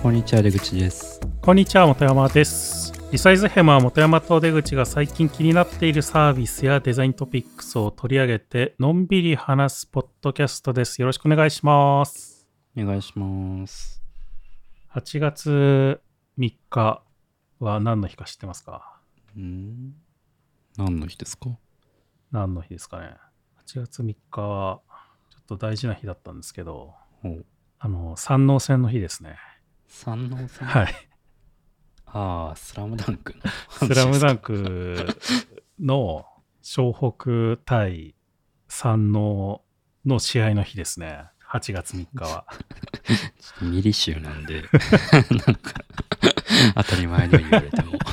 こんにちは、出口です。 こんにちは、本山です。リサイズヘムは本山と出口が最近気になっているサービスやデザイントピックスを取り上げてのんびり話すポッドキャストです。よろしくお願いします。 お願いします。 8月3日は何の日か知ってますか？ 何の日ですか？ 何の日ですかね。8月3日はちょっと大事な日だったんですけど、山王戦の日ですね。 山王戦？ はい。 スラムダンクのスラムダンクの湘北対山王の試合の日ですね。8月3日は。 ちょっとミリ集なんで、なんか当たり前のように言われても。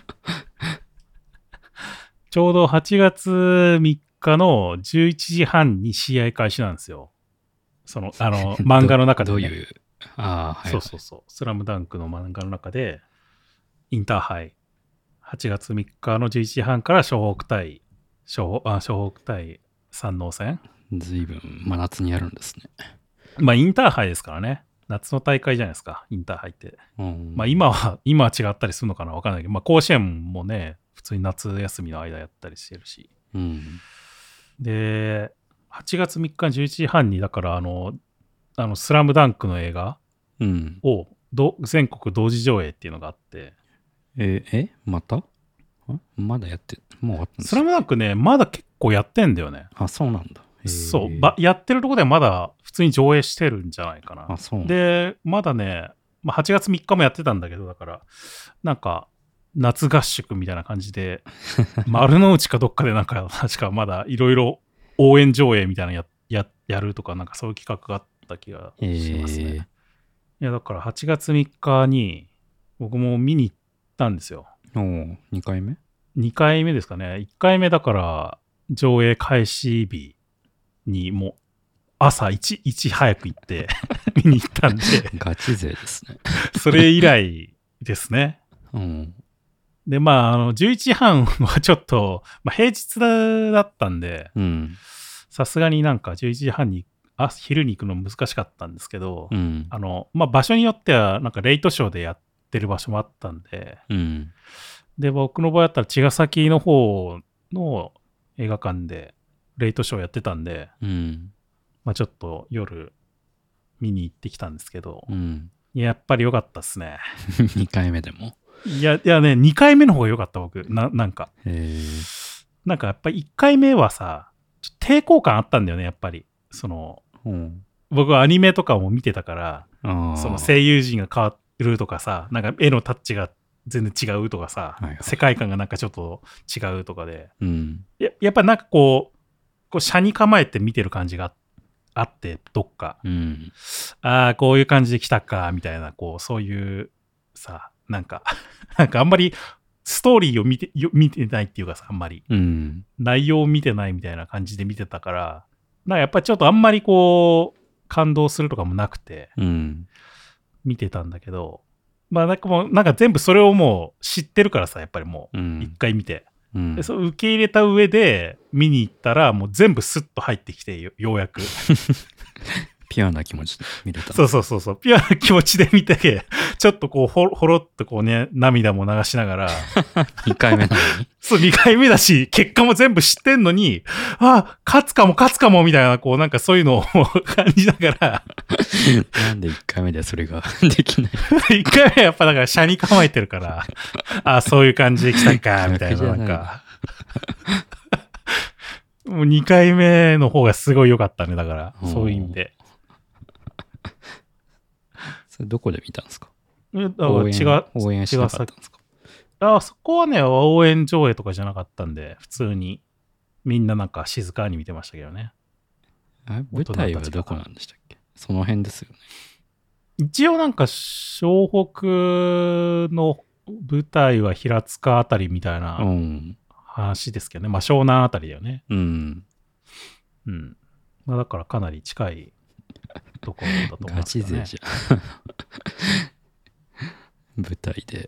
ちょうど8月3日の11時半に試合開始なんですよ。漫画の中で、ね。 どういう、はい、 そう。スラムダンクの漫画の中で、インターハイ、8月3日の11時半から湘北対山王戦。 ずいぶん真夏にやるんですね。 まあ、インターハイですからね。夏の大会じゃないですか、インターハイって。まあ、今は違ったりするのかなわかんないけど、まあ、甲子園もね、普通に夏休みの間やったりしてるし。で、8月3日11時半に、だからスラムダンクの映画を、全国同時上映っていうのがあって。 また？まだやってもう終わったんですか？ スラムダンクね、まだ結構やってんだよね。 そうなんだ。 そう。やってるとこではまだ普通に上映してるんじゃないかな。 そうなんだ。 で、まだね、8月3日もやってたんだけど、だから、なんか、夏合宿みたいな感じで、丸の内かどっかでなんか、確かまだいろいろ応援上映みたいなのやるとか、なんかそういう企画があった気がしますね。いや、だから8月3日に僕も見に行ったんですよ。 2回目 ?2 回目ですかね。1回目だから上映開始日にもう朝いち早く行って見に行ったんでガチ勢ですね。 それ以来ですね。で、11時半はちょっと、平日だったんで、さすがになんか11時半に昼に行くの難しかったんですけど、場所によってはなんかレイトショーでやってる場所もあったんで、で、僕の場合だったら茅ヶ崎の方の映画館でレイトショーやってたんで、ちょっと夜見に行ってきたんですけど、やっぱり良かったっすね。 2回目でも？ いやね、2回目の方が良かった僕。なんかやっぱり1回目はさ、抵抗感あったんだよね、やっぱり。僕はアニメとかも見てたから、その声優陣が変わるとかさ、なんか絵のタッチが全然違うとかさ、世界観がなんかちょっと違うとかで、やっぱなんかこう斜に構えて見てる感じがあって、どっか、こういう感じで来たかみたいな、そういうさ、なんかあんまりストーリーを見てないっていうかさ、あんまり、内容を見てないみたいな感じで見てたから、なんかやっぱりちょっとあんまり感動するとかもなくて、見てたんだけど、なんか全部それをもう知ってるからさ、やっぱりもう一回見て、でそう受け入れた上で見に行ったら、もう全部スッと入ってきて、ようやくピュアな気持ちで見れた。 そう。ピュアな気持ちで見て、ちょっとほろっとね、涙も流しながら。 2回目なのにそう、2回目だし、結果も全部知ってんのに、勝つかも、みたいな、なんかそういうのを感じながら。 なんで1回目でそれができない 1回目はやっぱだから、車に構えてるから、そういう感じで来たか、みたいな、なんか。もう2回目の方がすごい良かったね、だから、そういう意味で。 それどこで見たんですか？ 応援しなかったんですか？そこはね、応援上映とかじゃなかったんで、普通にみんななんか静かに見てましたけどね。 舞台はどこなんでしたっけ？その辺ですよね。 一応なんか湘北の舞台は平塚あたりみたいな話ですけどね。湘南あたりだよね。だからかなり近いところだと思いますね。 ガチ勢じゃん。舞台で。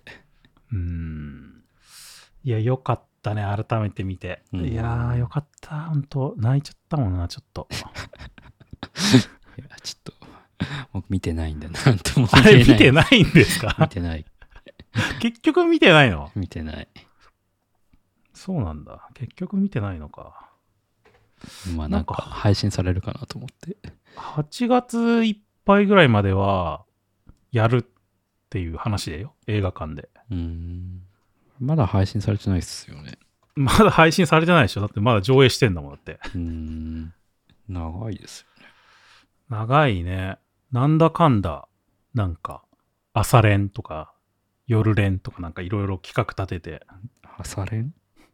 いや、よかったね、改めて見て。いやー、よかった。ほんと、泣いちゃったもんな、ちょっと。 いや、ちょっと、 僕見てないんで、なんともあれ見てないんですか？ 見てない。 結局見てないの？ 見てない。 そうなんだ。結局見てないのか。 まあなんか配信されるかなと思って。 8月いっぱいぐらいまではやるっていう話だよ。映画館で。 まだ配信されてないっすよね。 まだ配信されてないでしょ。だってまだ上映してんだもん、だって。 長いですよね。 長いね。なんだかんだ、なんか、朝練とか、夜練とかなんかいろいろ企画立てて。 朝練？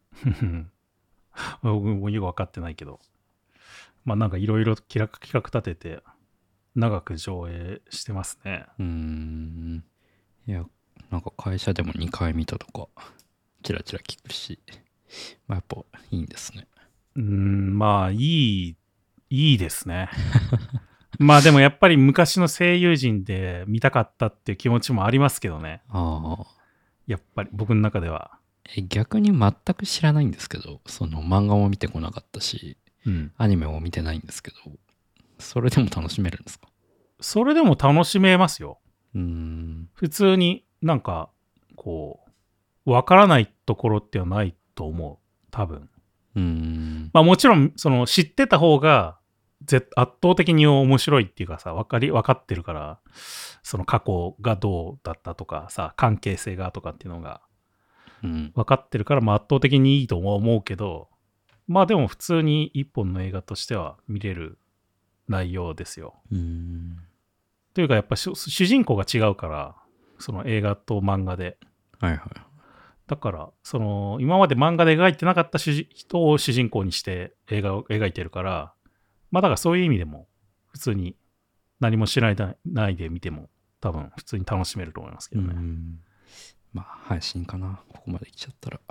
僕もよく分かってないけど。まあなんかいろいろ企画立てて、長く上映してますね。 いや、なんか会社でも2回見たとか、チラチラ聞くし、まあやっぱいいんですね。 まあいいですね。まあでもやっぱり昔の声優陣で見たかったっていう気持ちもありますけどね。やっぱり僕の中では。 逆に全く知らないんですけど、その漫画も見てこなかったし、アニメも見てないんですけど、それでも楽しめるんですか？ それでも楽しめますよ。普通になんかこうわからないところってはないと思う、多分。まあもちろんその知ってた方が圧倒的に面白いっていうかさ、分かってるから、その過去がどうだったとかさ、関係性がとかっていうのが分かってるから、まあ圧倒的にいいと思うけど、まあでも普通に一本の映画としては見れる内容ですよ。というかやっぱ主人公が違うから、その映画と漫画で。だからその今まで漫画で描いてなかった人を主人公にして映画を描いてるから、まあだからそういう意味でも普通に何も知らないで見ても多分普通に楽しめると思いますけどね。 まあ配信かな、ここまで来ちゃったら。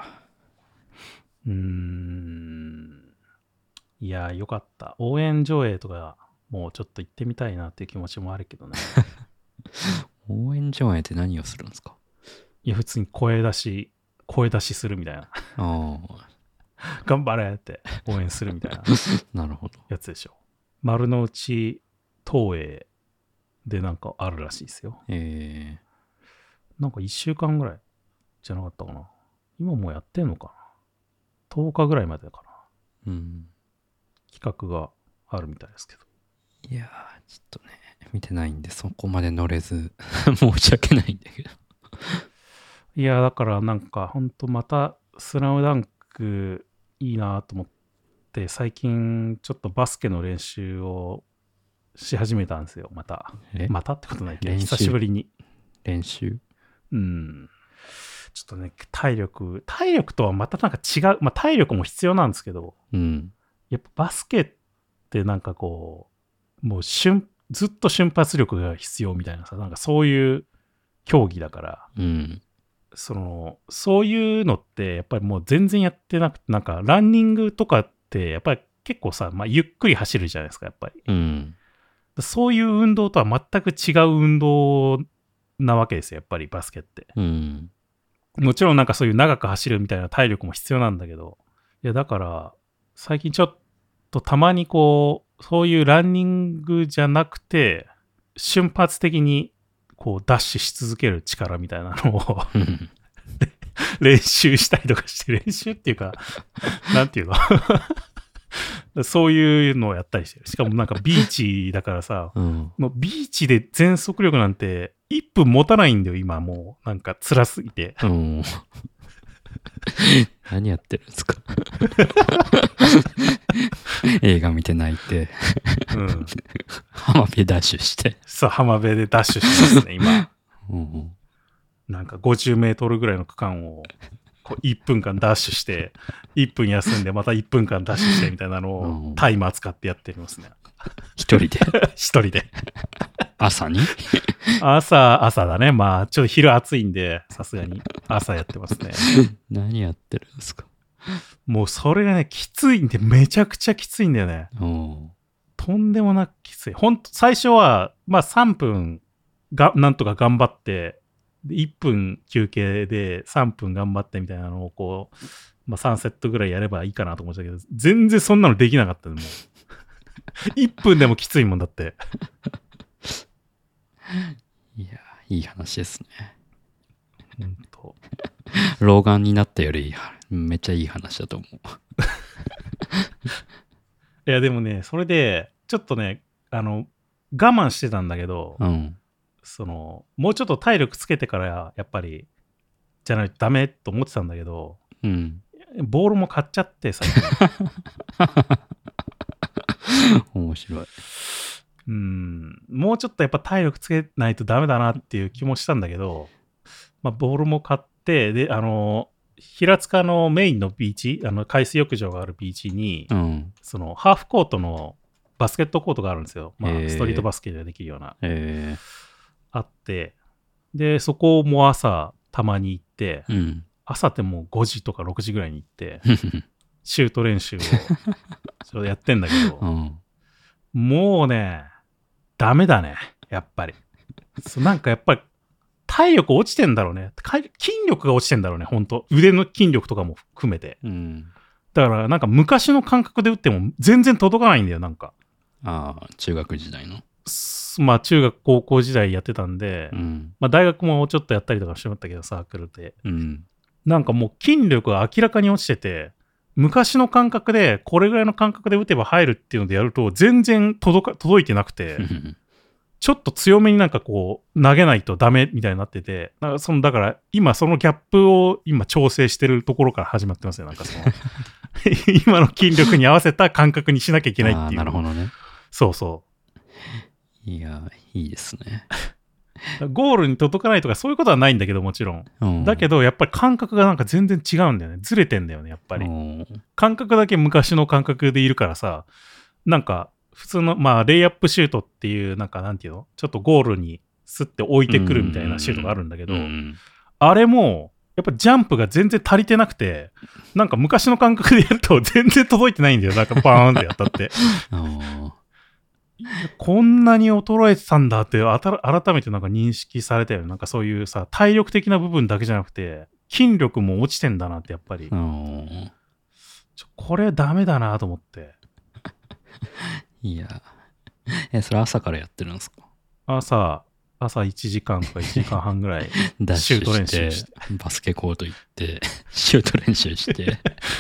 いやよかった。応援上映とかもうちょっと行ってみたいなっていう気持ちもあるけどね。 応援上映って何をするんですか？ いや普通に声出しするみたいな。頑張れって応援するみたいななるほどやつでしょ。丸の内東映でなんかあるらしいですよ。なんか1週間ぐらいじゃなかったかな。今もうやってんのかな。10日ぐらいまでかな。企画があるみたいですけど。 いやーちょっとね見てないんでそこまで乗れず申し訳ないんだけど。 いやだからなんかほんとまたスラムダンクいいなと思って最近ちょっとバスケの練習をし始めたんですよ。またってことないけど久しぶりに練習。 ちょっとね体力とはまたなんか違う。まあ体力も必要なんですけど、やっぱバスケってなんかこうもうずっと瞬発力が必要みたいなさ、なんかそういう競技だから、そういうのってやっぱりもう全然やってなくて、なんかランニングとかってやっぱり結構さ、まあ、ゆっくり走るじゃないですかやっぱり、そういう運動とは全く違う運動なわけですよやっぱりバスケって、もちろんなんかそういう長く走るみたいな体力も必要なんだけど、いやだから最近ちょっとたまにこうそういうランニングじゃなくて瞬発的にこうダッシュし続ける力みたいなのを練習したりとかして、練習っていうかなんていうのそういうのをやったりしてる。しかもなんかビーチだからさ、もうビーチで全速力なんて1分持たないんだよ今。もうなんか辛すぎて、 何やってるんですか映画見て泣いて浜辺ダッシュして。 そう浜辺でダッシュしてますね今。なんか50メートルぐらいの区間をこう1分間ダッシュして1分休んでまた1分間ダッシュしてみたいなのをタイマー使ってやってますね。 一人で朝に朝だね。まあちょっと昼暑いんでさすがに朝やってますね。 何やってるんですか？ もうそれがねきついんで、めちゃくちゃきついんだよね。とんでもなくきつい。ほんと最初はまあ3分なんとか頑張って1分休憩で3分頑張ってみたいなのをこう、まあ、3セットぐらいやればいいかなと思ってたけど、全然そんなのできなかったね。もう1分でもきついもんだって。 いや、いい話ですね。 ほんと。 老眼になったより、めっちゃいい話だと思う。 いや、でもね、それで、ちょっとね、我慢してたんだけど、 うん。 もうちょっと体力つけてから、やっぱり、じゃないとダメと思ってたんだけど、 うん。 ボールも買っちゃって、最近。 面白い。 もうちょっとやっぱ体力つけないとダメだなっていう気もしたんだけど、まあ、ボールも買って、で、平塚のメインのビーチ、海水浴場があるビーチに、 うん。 ハーフコートのバスケットコートがあるんですよ。まあ、ストリートバスケでできるような。あって、で、そこも朝、たまに行って、 うん、 朝ってもう5時とか6時ぐらいに行って、シュート練習をちょっとやってんだけど、 うん、 もうね、ダメだね、やっぱり。なんかやっぱり、体力落ちてんだろうね。筋力が落ちてんだろうね、ほんと。腕の筋力とかも含めて。 うん、 だからなんか昔の感覚で打っても全然届かないんだよ、なんか。 ああ、中学時代の。 まあ中学高校時代やってたんで、 うん、 まあ大学もちょっとやったりとかしてましたけど、サークルで。 うん、 なんかもう筋力が明らかに落ちてて、昔の感覚でこれぐらいの感覚で打てば入るっていうのでやると全然届いてなくて、ちょっと強めになんかこう投げないとダメみたいになってて、だから今そのギャップを今調整してるところから始まってますよ。なんか今の筋力に合わせた感覚にしなきゃいけないっていう。 なるほどね。 そうそう。 いや、いいですね。 ゴールに届かないとかそういうことはないんだけど、もちろん。 うん、 だけどやっぱり感覚がなんか全然違うんだよね。ずれてんだよね、やっぱり。感覚だけ昔の感覚でいるからさ、なんか普通の、まあ、レイアップシュートっていう、なんかなんていうの、ちょっとゴールにスッて置いてくるみたいなシュートがあるんだけど、あれも、やっぱジャンプが全然足りてなくて、なんか昔の感覚でやると全然届いてないんだよ。なんかバーンってやったって。こんなに衰えてたんだって改めてなんか認識されたよね。なんかそういうさ、体力的な部分だけじゃなくて、筋力も落ちてんだなってやっぱり。これダメだなと思って。 いや、それ朝からやってるんですか？ 朝1時間とか1時間半ぐらいシュート練習して、バスケコート行って、シュート練習して。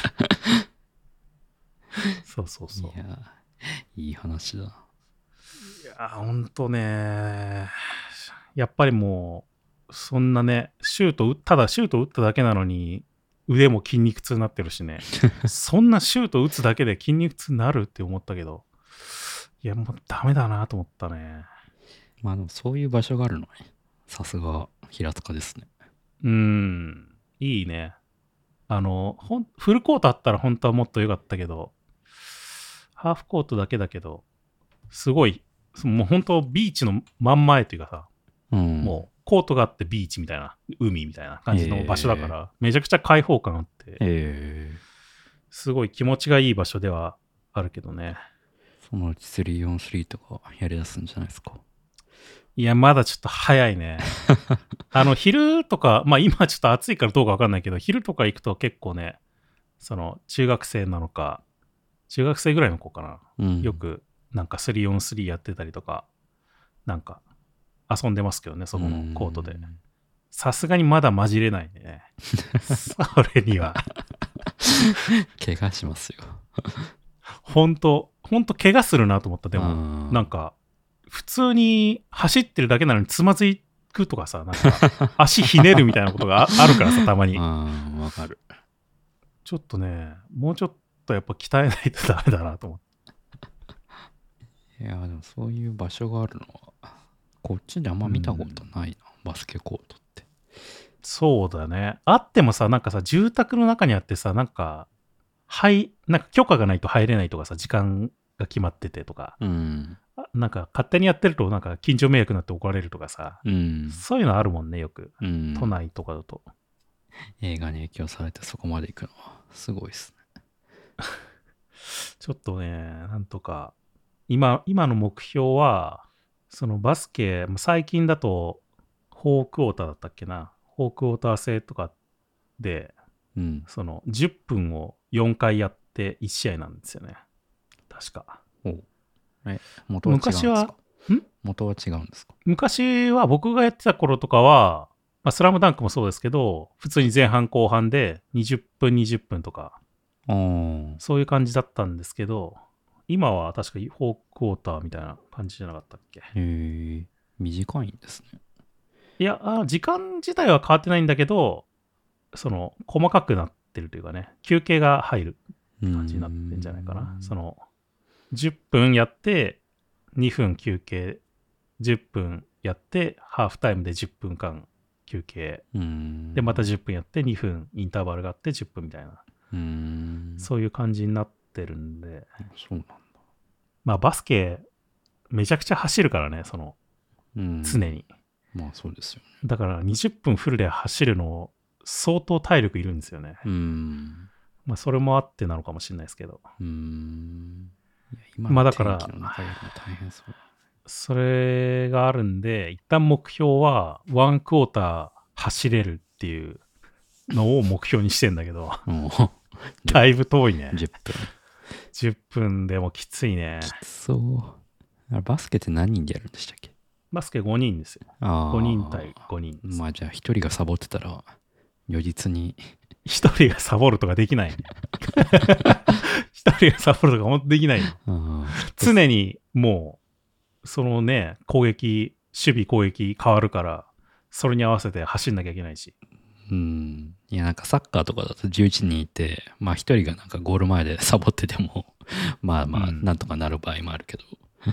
そうそうそう。 いや、いい話だ。 いや、ほんとね、やっぱりもう、そんなね、ただシュート打っただけなのに、腕も筋肉痛になってるしね。そんなシュート打つだけで筋肉痛になるって思ったけど、いや、もうダメだなと思ったね。 まあでもそういう場所があるのね。さすが平塚ですね。 いいね。フルコートあったら本当はもっと良かったけど、ハーフコートだけだけど、すごい、もう本当ビーチの真ん前というかさ、もうコートがあってビーチみたいな、海みたいな感じの場所だから、めちゃくちゃ開放感あって、すごい気持ちがいい場所ではあるけどね。 そのうち 3on3 とかやりだすんじゃないですか？ いや、まだちょっと早いね。昼とか、まあ今ちょっと暑いからどうかわかんないけど、昼とか行くと結構ね、中学生なのか、中学生ぐらいの子かな。よく、なんか 3on3 やってたりとか、なんか遊んでますけどね、そこのコートで。さすがにまだ混じれないね。それには。 怪我しますよ。 ほんと怪我するなと思った。でも、なんか、普通に走ってるだけなのにつまずくとかさ、なんか足ひねるみたいなことがあるからさ、たまに。 わかる。 ちょっとね、もうちょっとやっぱ鍛えないとダメだなと思って。 いや、でもそういう場所があるのは、こっちであんま見たことないな、バスケコートって。 そうだね。あってもさ、なんかさ、住宅の中にあってさ、なんか許可がないと入れないとかさ、時間が決まっててとか、なんか勝手にやってるとなんか近所迷惑になって怒られるとかさ、そういうのあるもんね、よく。都内とかだと。 映画に影響されてそこまで行くのはすごいですね。 ちょっとね、なんとか、今の目標は、そのバスケ、最近だと、4クォーターだったっけな。4クォーター制とかで、10分を4回やって1試合なんですよね。確か。 元は違うんですか？ 元は違うんですか？ 昔は僕がやってた頃とかは、まあ、スラムダンクもそうですけど、普通に前半後半で20分20分とか、そういう感じだったんですけど、今は確か4クォーターみたいな感じじゃなかったっけ？ へえ、短いんですね。 いや、時間自体は変わってないんだけど、細かくなってるというかね、休憩が入る感じになってんじゃないかな。10分やって、2分休憩、10分やって、ハーフタイムで10分間休憩。で、また10分やって、2分インターバルがあって10分みたいな。そういう感じになってるんで。 そうなんだ。 まあ、バスケ、めちゃくちゃ走るからね、常に。 まあ、そうですよね。 だから20分フルで走るの、相当体力いるんですよね。まあ、それもあってなのかもしれないですけど。まあ、だから、それがあるんで、一旦目標は、1クォーター走れるっていうのを目標にしてんだけど、だいぶ遠いね。 10分。 10分でもきついね。 きつそう。バスケって何人でやるんでしたっけ？ バスケ5人ですよ。5人対5人です。 まあじゃあ1人がサボってたら、如実に。 1人がサボるとかできない。1人がサボるとか本当できない。常にもう、攻撃、守備攻撃変わるから、それに合わせて走んなきゃいけないし。 いや、なんかサッカーとかだと11人いて、まあ1人がなんかゴール前でサボってても、まあまあ、なんとかなる場合もあるけど。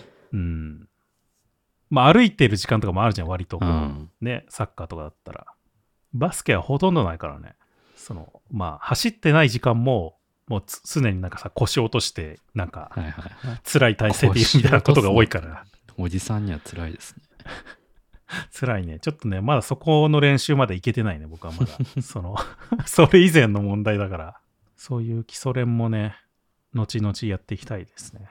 まあ歩いてる時間とかもあるじゃん、割とね、サッカーとかだったら。バスケはほとんどないからね。まあ走ってない時間も、もう常になんかさ、腰落として、なんか、辛い体勢でいるみたいなことが多いから。 おじさんには辛いですね。 辛いね。ちょっとね、まだそこの練習までいけてないね、僕はまだ。それ以前の問題だから、そういう基礎練もね、後々やっていきたいですね。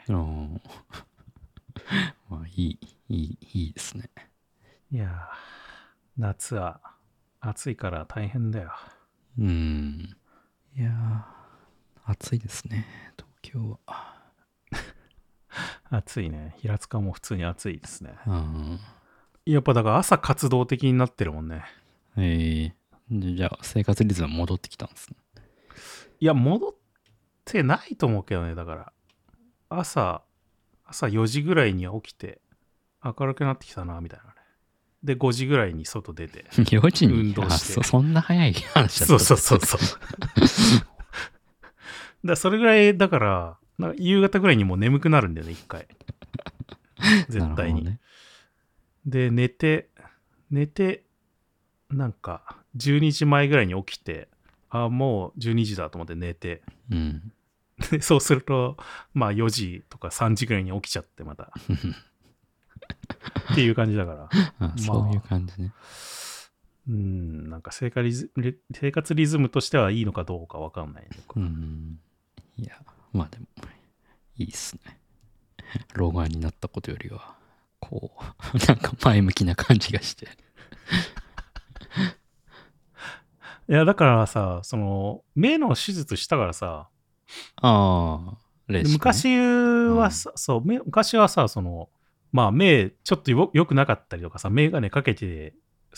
まあ、いいですね。 いやー、夏は暑いから大変だよ。 いやー、暑いですね、東京は。 暑いね。平塚も普通に暑いですね。やっぱだから朝活動的になってるもんね。 じゃあ生活リズム戻ってきたんですね。 いや、戻ってないと思うけどね。だから、朝4時ぐらいには起きて、明るくなってきたな、みたいなね。で、5時ぐらいに外出て、 4時に運動して。 そんな早い話だった。 そう。それぐらい、だから、夕方ぐらいにもう眠くなるんだよね、一回。絶対に。ね、で、寝て、なんか、12時前ぐらいに起きて、もう12時だと思って寝て、でそうすると、まあ4時とか3時ぐらいに起きちゃって、また。っていう感じだから。 そういう感じね。 なんか生活リズムとしてはいいのかどうかわかんない、ね。 いや、まあでも、いいっすね。老眼になったことよりは、こう、なんか前向きな感じがして。 いや、だからさ、目の手術したからさ、昔はさ、昔はさ、まあ目ちょっと良くなかったりとかさ、眼鏡かけて、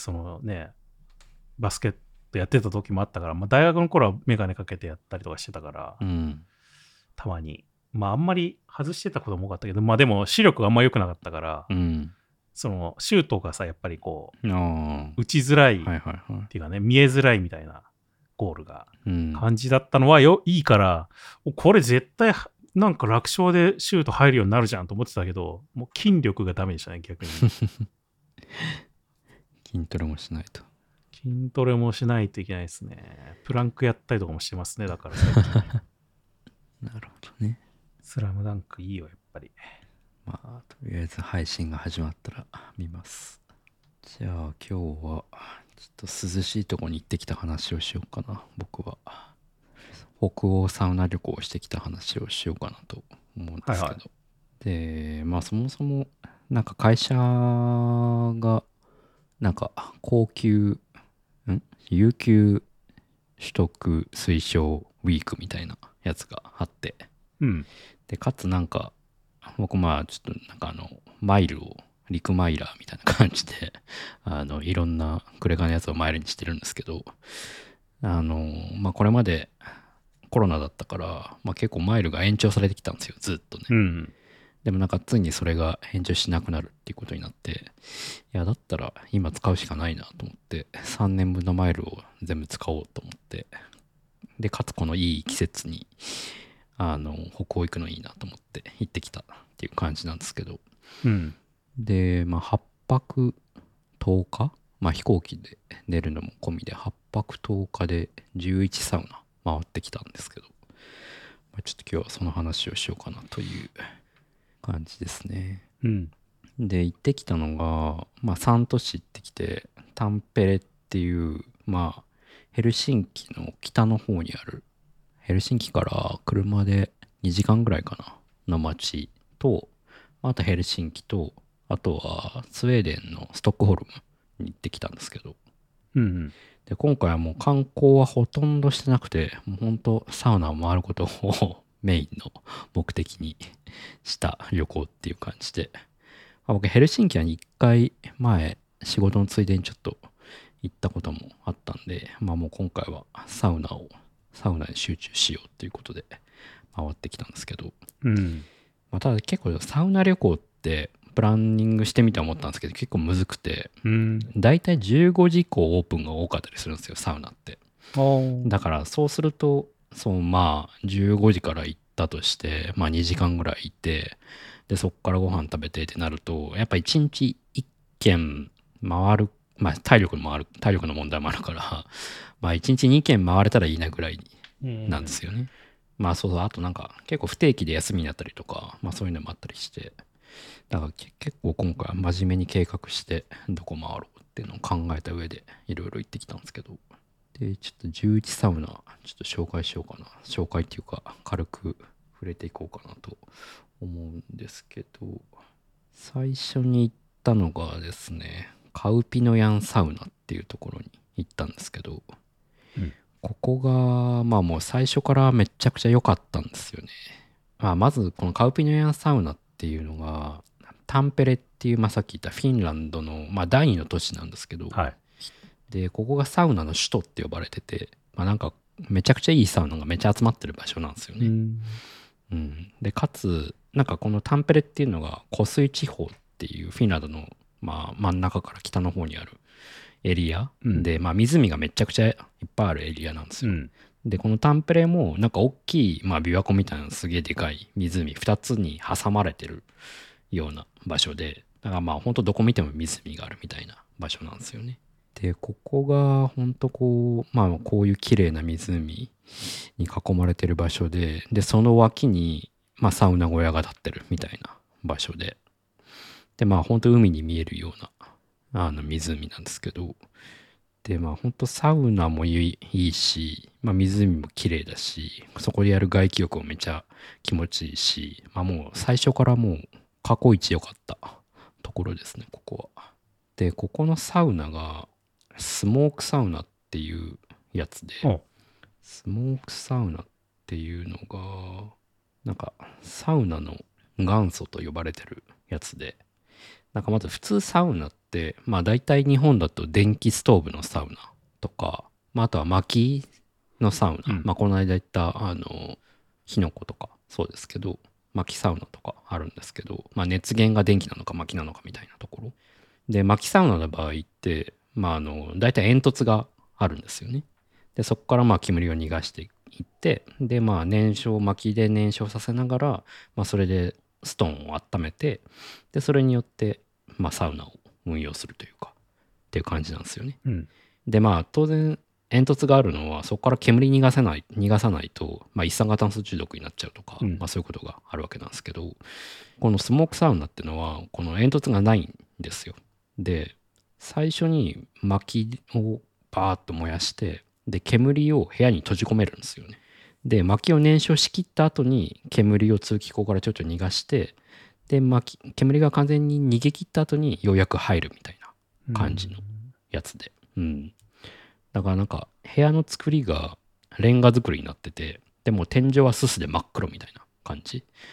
バスケットやってた時もあったから、まあ大学の頃は眼鏡かけてやったりとかしてたから、たまに。まああんまり外してたことも多かったけど、まあでも視力があんま良くなかったから、シュートがさ、やっぱりこう、打ちづらいっていうかね、見えづらいみたいなゴールが感じだったのはいいから、これ絶対なんか楽勝でシュート入るようになるじゃんと思ってたけど、もう筋力がダメでしたね、逆に。 筋トレもしないと。 筋トレもしないといけないですね。プランクやったりとかもしてますね、だから。 なるほどね。 スラムダンクいいよ、やっぱり。 まあ、とりあえず配信が始まったら見ます。じゃあ今日はちょっと涼しいとこに行ってきた話をしようかな。僕は北欧サウナ旅行をしてきた話をしようかなと思うんですけど、でまあそもそもなんか会社がなんか有給取得推奨ウィークみたいなやつがあって、でかつなんか僕ちょっとなんかマイルをリクマイラーみたいな感じで、いろんなクレカのやつをマイルにしてるんですけど、これまでコロナだったから、結構マイルが延長されてきたんですよ、ずっとね。 うん。 でもなんかついにそれが延長しなくなるっていうことになって、いや、だったら今使うしかないなと思って、3年分のマイルを全部使おうと思って、で、かつこのいい季節に、北欧行くのいいなと思って行ってきたっていう感じなんですけど、 うん。 で、8泊10日、飛行機で寝るのも込みで8泊10日で11サウナ回ってきたんですけど、ちょっと今日はその話をしようかなという感じですね。 うん。 で、行ってきたのが、3都市行ってきて、タンペレっていう、ヘルシンキの北の方にある、ヘルシンキから車で2時間ぐらいかな、の街と、あとヘルシンキと、あとはスウェーデンのストックホルムに行ってきたんですけど、 うん。 で、今回はもう観光はほとんどしてなくて、もうほんとサウナを回ることをメインの目的にした旅行っていう感じで、僕ヘルシンキは1回前仕事のついでにちょっと行ったこともあったんで、もう今回はサウナに集中しようっていうことで回ってきたんですけど、 うん。 ただ結構サウナ旅行ってプランニングしてみて思ったんですけど、結構むずくて、 うん。 だいたい15時以降オープンが多かったりするんですよ、サウナって。だからそうすると、15時から行ったとして、2時間ぐらい行って、で、そっからご飯食べてってなると、やっぱ1日1軒回る、体力の問題もあるから、1日2軒回れたらいいなぐらいなんですよね。そうそう、あとなんか結構不定期で休みになったりとか、そういうのもあったりして、だから結構今回は真面目に計画してどこ回ろうっていうのを考えた上でいろいろ行ってきたんですけど、で、ちょっと11サウナちょっと紹介しようかな。紹介っていうか軽く触れていこうかなと思うんですけど、最初に行ったのがですね、カウピノヤンサウナっていうところに行ったんですけど、 うん。 ここがもう最初からめっちゃくちゃ良かったんですよね。まずこのカウピノヤンサウナっていうのがタンペレっていうさっき言ったフィンランドの第二の都市なんですけど、 はい。 でここがサウナの首都って呼ばれてて、なんかめちゃくちゃいいサウナがめちゃ集まってる場所なんですよね。でかつなんかこのタンペレっていうのが湖水地方っていうフィンランドの真ん中から北の方にあるエリアで、湖がめちゃくちゃいっぱいあるエリアなんですよ。でこのタンペレもなんか大きい琵琶湖みたいなすげえでかい湖2つに挟まれてるような場所で、だからほんとどこ見ても湖があるみたいな場所なんですよね。でここがほんとこういう綺麗な湖に囲まれてる場所で、その脇にサウナ小屋が建ってるみたいな場所で、でほんと海に見えるような湖なんですけど、でほんとサウナもいいし、湖も綺麗だし、そこでやる外気浴もめちゃ気持ちいいし、もう最初からもう過去一良かったところですね、ここは。でここのサウナがスモークサウナっていうやつで、スモークサウナっていうのがなんかサウナの元祖と呼ばれてるやつで、なんかまず普通サウナって大体日本だと電気ストーブのサウナとか、あとは薪のサウナ、この間言った火の粉とかそうですけど、薪サウナとかあるんですけど、熱源が電気なのか薪なのかみたいなところで、薪サウナの場合って大体煙突があるんですよね。でそこから煙を逃がしていって、で薪で燃焼させながら、それでストーンを温めて、でそれによってサウナを運用するというかっていう感じなんですよね。で当然煙突があるのはそこから煙逃がさないと、一酸化炭素中毒になっちゃうとか、そういうことがあるわけなんですけど、このスモークサウナっていうのはこの煙突がないんですよ。で最初に薪をバーッと燃やして、で煙を部屋に閉じ込めるんですよね。で薪を燃焼しきった後に煙を通気口からちょっと逃がして、で煙が完全に逃げ切った後にようやく入るみたいな感じのやつで、だからなんか部屋の作りがレンガ作りになってて、でも天井はすすで真っ黒みたいな感じ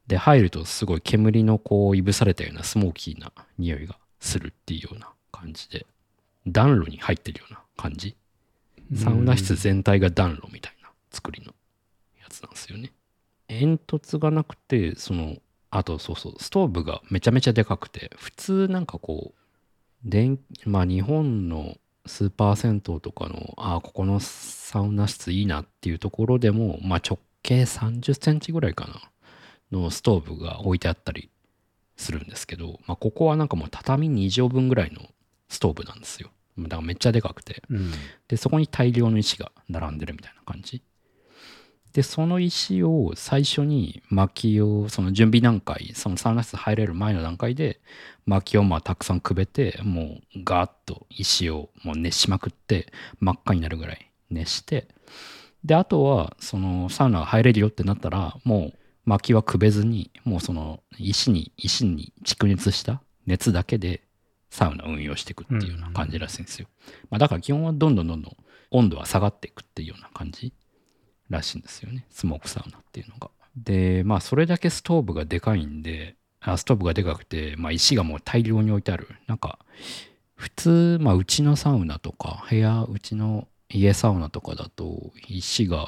で、入るとすごい煙のこう、いぶされたようなスモーキーな匂いがするっていうような感じで、暖炉に入ってるような感じ。サウナ室全体が暖炉みたいな作りのやつなんですよね。煙突がなくて、あとそうそう、ストーブがめちゃめちゃでかくて、普通なんかこう、まあ日本のスーパー銭湯とかの、ここのサウナ室いいなっていうところでも、まあ直径30センチぐらいかな、のストーブが置いてあったりするんですけど、まあここはなんかもう畳2畳分ぐらいのストーブなんですよ。だからめっちゃでかくて。で、そこに大量の石が並んでるみたいな感じ。で、その石を最初に薪を、その準備段階、そのサウナ室入れる前の段階で、薪をまあたくさんくべて、もうガーッと石をもう熱しまくって、真っ赤になるぐらい熱して、で、あとは、そのサウナが入れるよってなったら、もう薪はくべずに、もうその石に蓄熱した熱だけでサウナを運用していくっていうような感じらしいんですよ。まあだから基本はどんどん温度は下がっていくっていうような感じらしいんですよね。スモークサウナっていうのが。で、まあそれだけストーブがでかいんで、ストーブがでかくて、まあ石がもう大量に置いてある。なんか、普通、まあうちのサウナとか、うちの家サウナとかだと、石が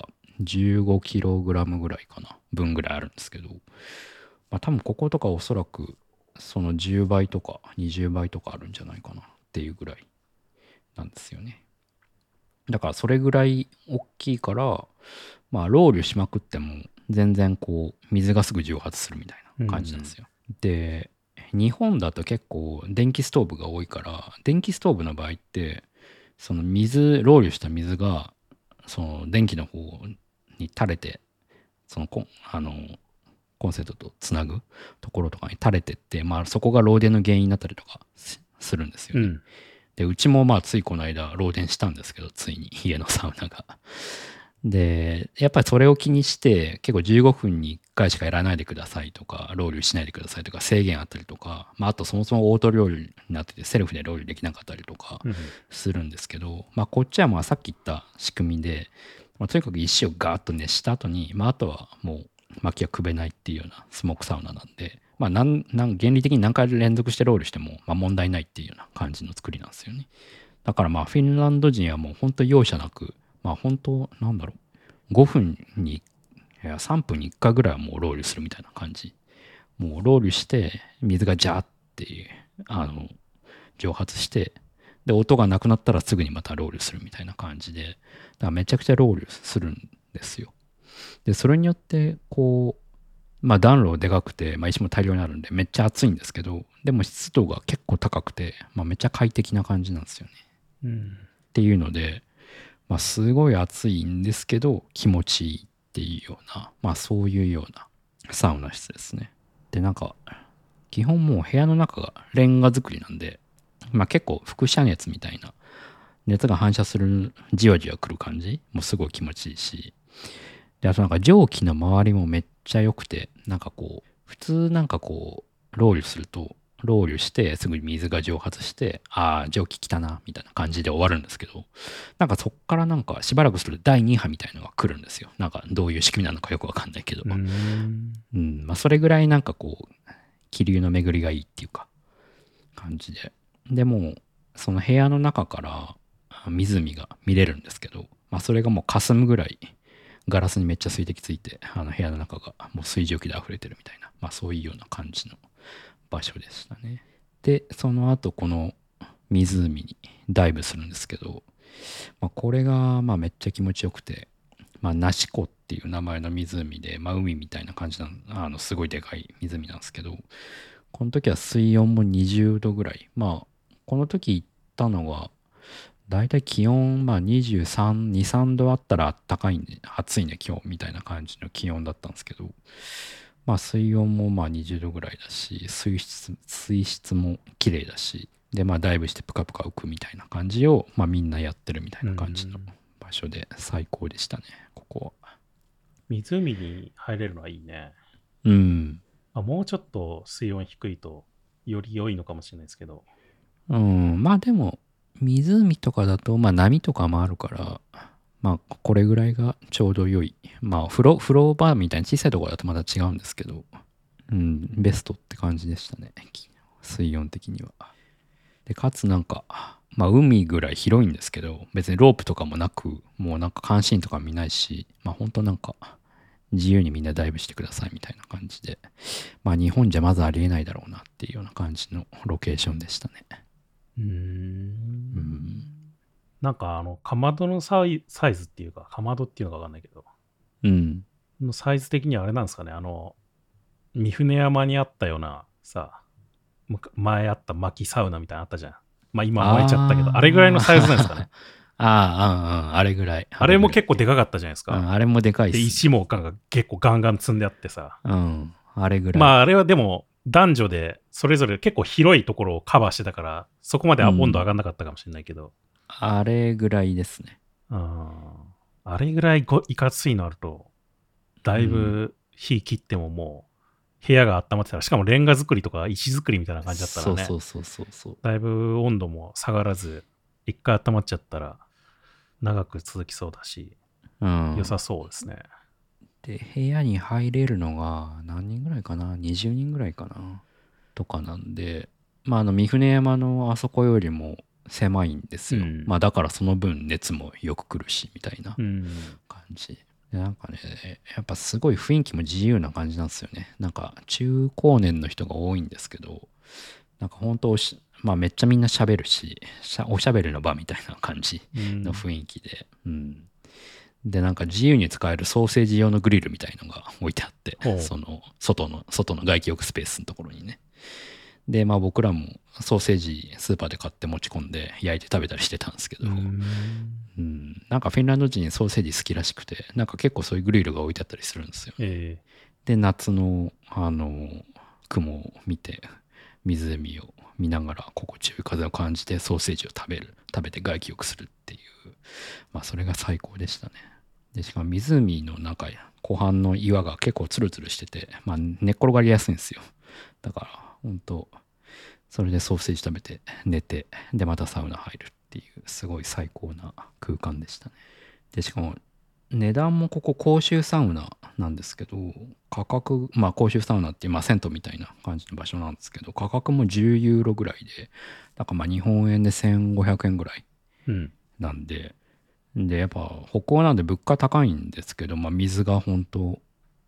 15キログラムぐらいかな、分ぐらいあるんですけど、まあ多分こことかおそらく、その10倍とか20倍とかあるんじゃないかなっていうぐらいなんですよね。だからそれぐらい大きいから、まあロウリュしまくっても全然こう水がすぐ蒸発するみたいな感じなんですよ。で、日本だと結構電気ストーブが多いから、電気ストーブの場合って、そのロウリュした水が、その電気の方に垂れて、そのコンセントとつなぐところとかに垂れてって、まあそこが漏電の原因になったりとかするんですよね。で、うちもまあついこの間漏電したんですけど、ついに家のサウナが。で、やっぱりそれを気にして、結構15分に1回しかやらないでくださいとか、ロウリュしないでくださいとか制限あったりとか、まああとそもそもオートロウリュになっててセルフでロウリュできなかったりとかするんですけど、まあこっちはまあさっき言った仕組みで、まあ、とにかく石をガーッと熱した後に、まああとはもう薪はくべないっていうようなスモークサウナなんで、まあ原理的に何回連続してロウリュしても、まあ、問題ないっていうような感じの作りなんですよね。だからまあフィンランド人はもう本当容赦なく、まあ本当なんだろう、5分に、いや3分に1回ぐらいはもうロウリュするみたいな感じ。もうロウリュして水がジャーって蒸発して、で音がなくなったらすぐにまたロウリュするみたいな感じで、だからめちゃくちゃロウリュするんですよ。でそれによってこう、まあ暖炉でかくて、まあ、石も大量にあるんでめっちゃ暑いんですけど、でも湿度が結構高くて、まあ、めっちゃ快適な感じなんですよね。っていうので、まあ、すごい暑いんですけど気持ちいいっていうような、まあそういうようなサウナ室ですね。でなんか基本もう部屋の中がレンガ造りなんで、まあ結構輻射熱みたいな熱が反射するじわじわくる感じもすごい気持ちいいし、であとなんか蒸気の周りもめっちゃ良くて、なんかこう普通なんかこうロウリュするとロウリュしてすぐに水が蒸発して、蒸気来たなみたいな感じで終わるんですけど、なんかそっからなんかしばらくすると第2波みたいのが来るんですよ。なんかどういう仕組みなのかよくわかんないけど、まあそれぐらいなんかこう気流の巡りがいいっていうか感じで、でもその部屋の中から湖が見れるんですけど、まあそれがもう霞むぐらいガラスにめっちゃ水滴ついて、部屋の中がもう水蒸気で溢れてるみたいな、まあそういうような感じの場所でしたね。で、その後この湖にダイブするんですけど、まあ、これがまあめっちゃ気持ちよくて、まあ、ナシ湖っていう名前の湖で、まあ、海みたいな感じなすごいでかい湖なんですけど、この時は水温も20度ぐらい。まあ、この時行ったのが、だいたい気温、まあ23、2、3度あったらあったかいんで、暑いね今日みたいな感じの気温だったんですけど、まあ水温もまあ20度ぐらいだし、水質も綺麗だし、でまあダイブしてプカプカ浮くみたいな感じを、まあみんなやってるみたいな感じの場所で最高でしたね、ここは。 湖に入れるのはいいね。もうちょっと水温低いとより良いのかもしれないですけど。 まあでも、湖とかだと、まあ波とかもあるから、まあこれぐらいがちょうど良い。まあ風呂場みたいな小さいところだとまた違うんですけど、 うん、ベストって感じでしたね。水温的には。で、かつなんか、まあ海ぐらい広いんですけど、別にロープとかもなく、もうなんか監視員とか見ないし、まあ本当なんか、自由にみんなダイブしてくださいみたいな感じで、まあ日本じゃまずありえないだろうなっていうような感じのロケーションでしたね。うん。 なんかかまどのサイズっていうか、かまどっていうのかわかんないけど、 うん。 のサイズ的にはあれなんですかね、三船山にあったようなさ、前あった薪サウナみたいなのあったじゃん。まあ今燃えちゃったけど、あれぐらいのサイズなんですかね。 あれぐらい。 あれも結構でかかったじゃないですか。 あれもでかいっす。 で、石も結構ガンガン積んであってさ。 うん。あれぐらい。 まああれはでも男女でそれぞれ結構広いところをカバーしてたから、そこまでは温度上がんなかったかもしれないけど。 あれぐらいですね。 あれぐらいいかついのあると、だいぶ火切ってももう部屋が温まってたら、しかもレンガ作りとか石作りみたいな感じだったらね、 そう。 だいぶ温度も下がらず、一回温まっちゃったら長く続きそうだし、良さそうですね。 で、部屋に入れるのが何人ぐらいかな ?20 人ぐらいかなとかなんで、まあ三船山のあそこよりも狭いんですよ。まあだからその分熱もよく来るしみたいな感じ。でなんかね、やっぱすごい雰囲気も自由な感じなんですよね。なんか中高年の人が多いんですけど、なんか本当まあめっちゃみんな喋るし、おしゃべりの場みたいな感じの雰囲気で、で、なんか自由に使えるソーセージ用のグリルみたいのが置いてあって、その外の外気浴スペースのところにね。で、まあ僕らもソーセージスーパーで買って持ち込んで焼いて食べたりしてたんですけど、なんかフィンランド人ソーセージ好きらしくて、なんか結構そういうグリルが置いてあったりするんですよ。で、夏の雲を見て、湖を見ながら心地よい風を感じてソーセージを食べて外気浴するっていう、まあそれが最高でしたね。でしかも湖の中や湖畔の岩が結構ツルツルしてて、まあ寝っ転がりやすいんですよ。だから本当それでソーセージ食べて寝て、でまたサウナ入るっていうすごい最高な空間でしたね。でしかも値段もここ公衆サウナなんですけど、価格、まあ公衆サウナっていう、まあ銭湯みたいな感じの場所なんですけど、価格も10ユーロぐらいで、なんかまあ日本円で1500円ぐらいなんで、で、やっぱ北欧なんで物価高いんですけど、まあ水が本当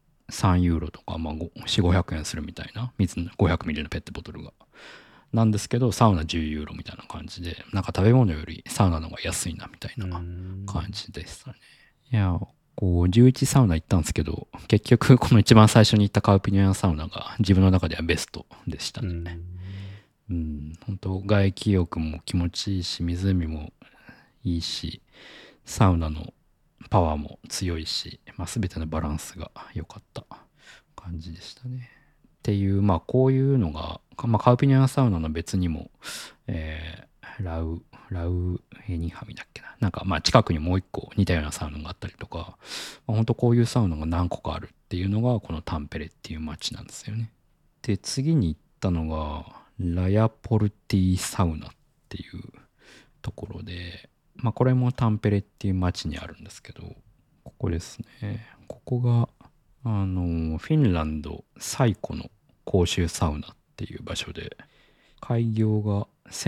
3ユーロとか、まあ4、500円するみたいな、水500ミリのペットボトルが。なんですけど、サウナ10ユーロみたいな感じで、なんか食べ物よりサウナの方が安いなみたいな感じでしたね。いや、こう、11サウナ行ったんですけど、結局、この一番最初に行ったカウピニアンサウナが自分の中ではベストでしたね。本当外気浴も気持ちいいし、湖もいいし、サウナのパワーも強いし、まあ、全てのバランスが良かった感じでしたね。っていう、まあ、こういうのが、まあ、カウピニアンサウナの別にも、ラウエニハミだっけな。なんかまあ近くにもう一個似たようなサウナがあったりとか、まあ、本当こういうサウナが何個かあるっていうのがこのタンペレっていう街なんですよね。で、次に行ったのがラヤポルティサウナっていうところで、まあこれもタンペレっていう街にあるんですけど、ここですね。ここがフィンランド最古の公衆サウナっていう場所で、開業が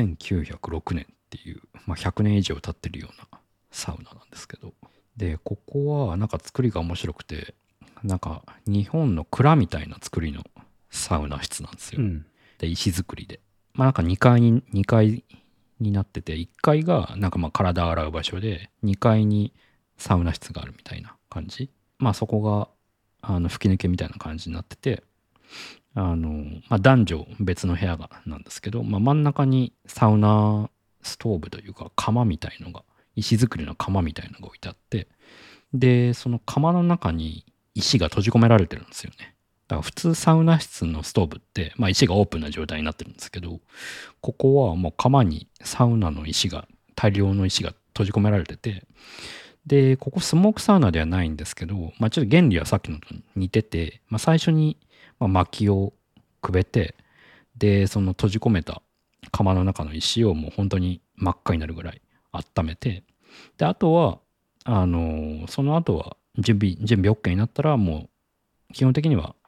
1906年っていう、まあ、100年以上経ってるようなサウナなんですけど、でここはなんか作りが面白くて、なんか日本の蔵みたいな作りのサウナ室なんですよ。で石造りで、まあなんか2階になってて、1階がなんかまあ体洗う場所で、2階にサウナ室があるみたいな感じ。まあそこが吹き抜けみたいな感じになってて、まあ、男女別の部屋がなんですけど、まあ、真ん中にサウナストーブというか窯みたいのが、石造りの窯みたいのが置いてあって、でその窯の中に石が閉じ込められてるんですよね。だから普通サウナ室のストーブって、まあ、石がオープンな状態になってるんですけど、ここはもう窯にサウナの石が、大量の石が閉じ込められてて、でここスモークサウナではないんですけど、まあ、ちょっと原理はさっきのと似てて、まあ、最初に薪をくべて、でその閉じ込めた窯の中の石をもう本当に真っ赤になるぐらい温めて、であとはその後は準備 OK になったら、もう基本的には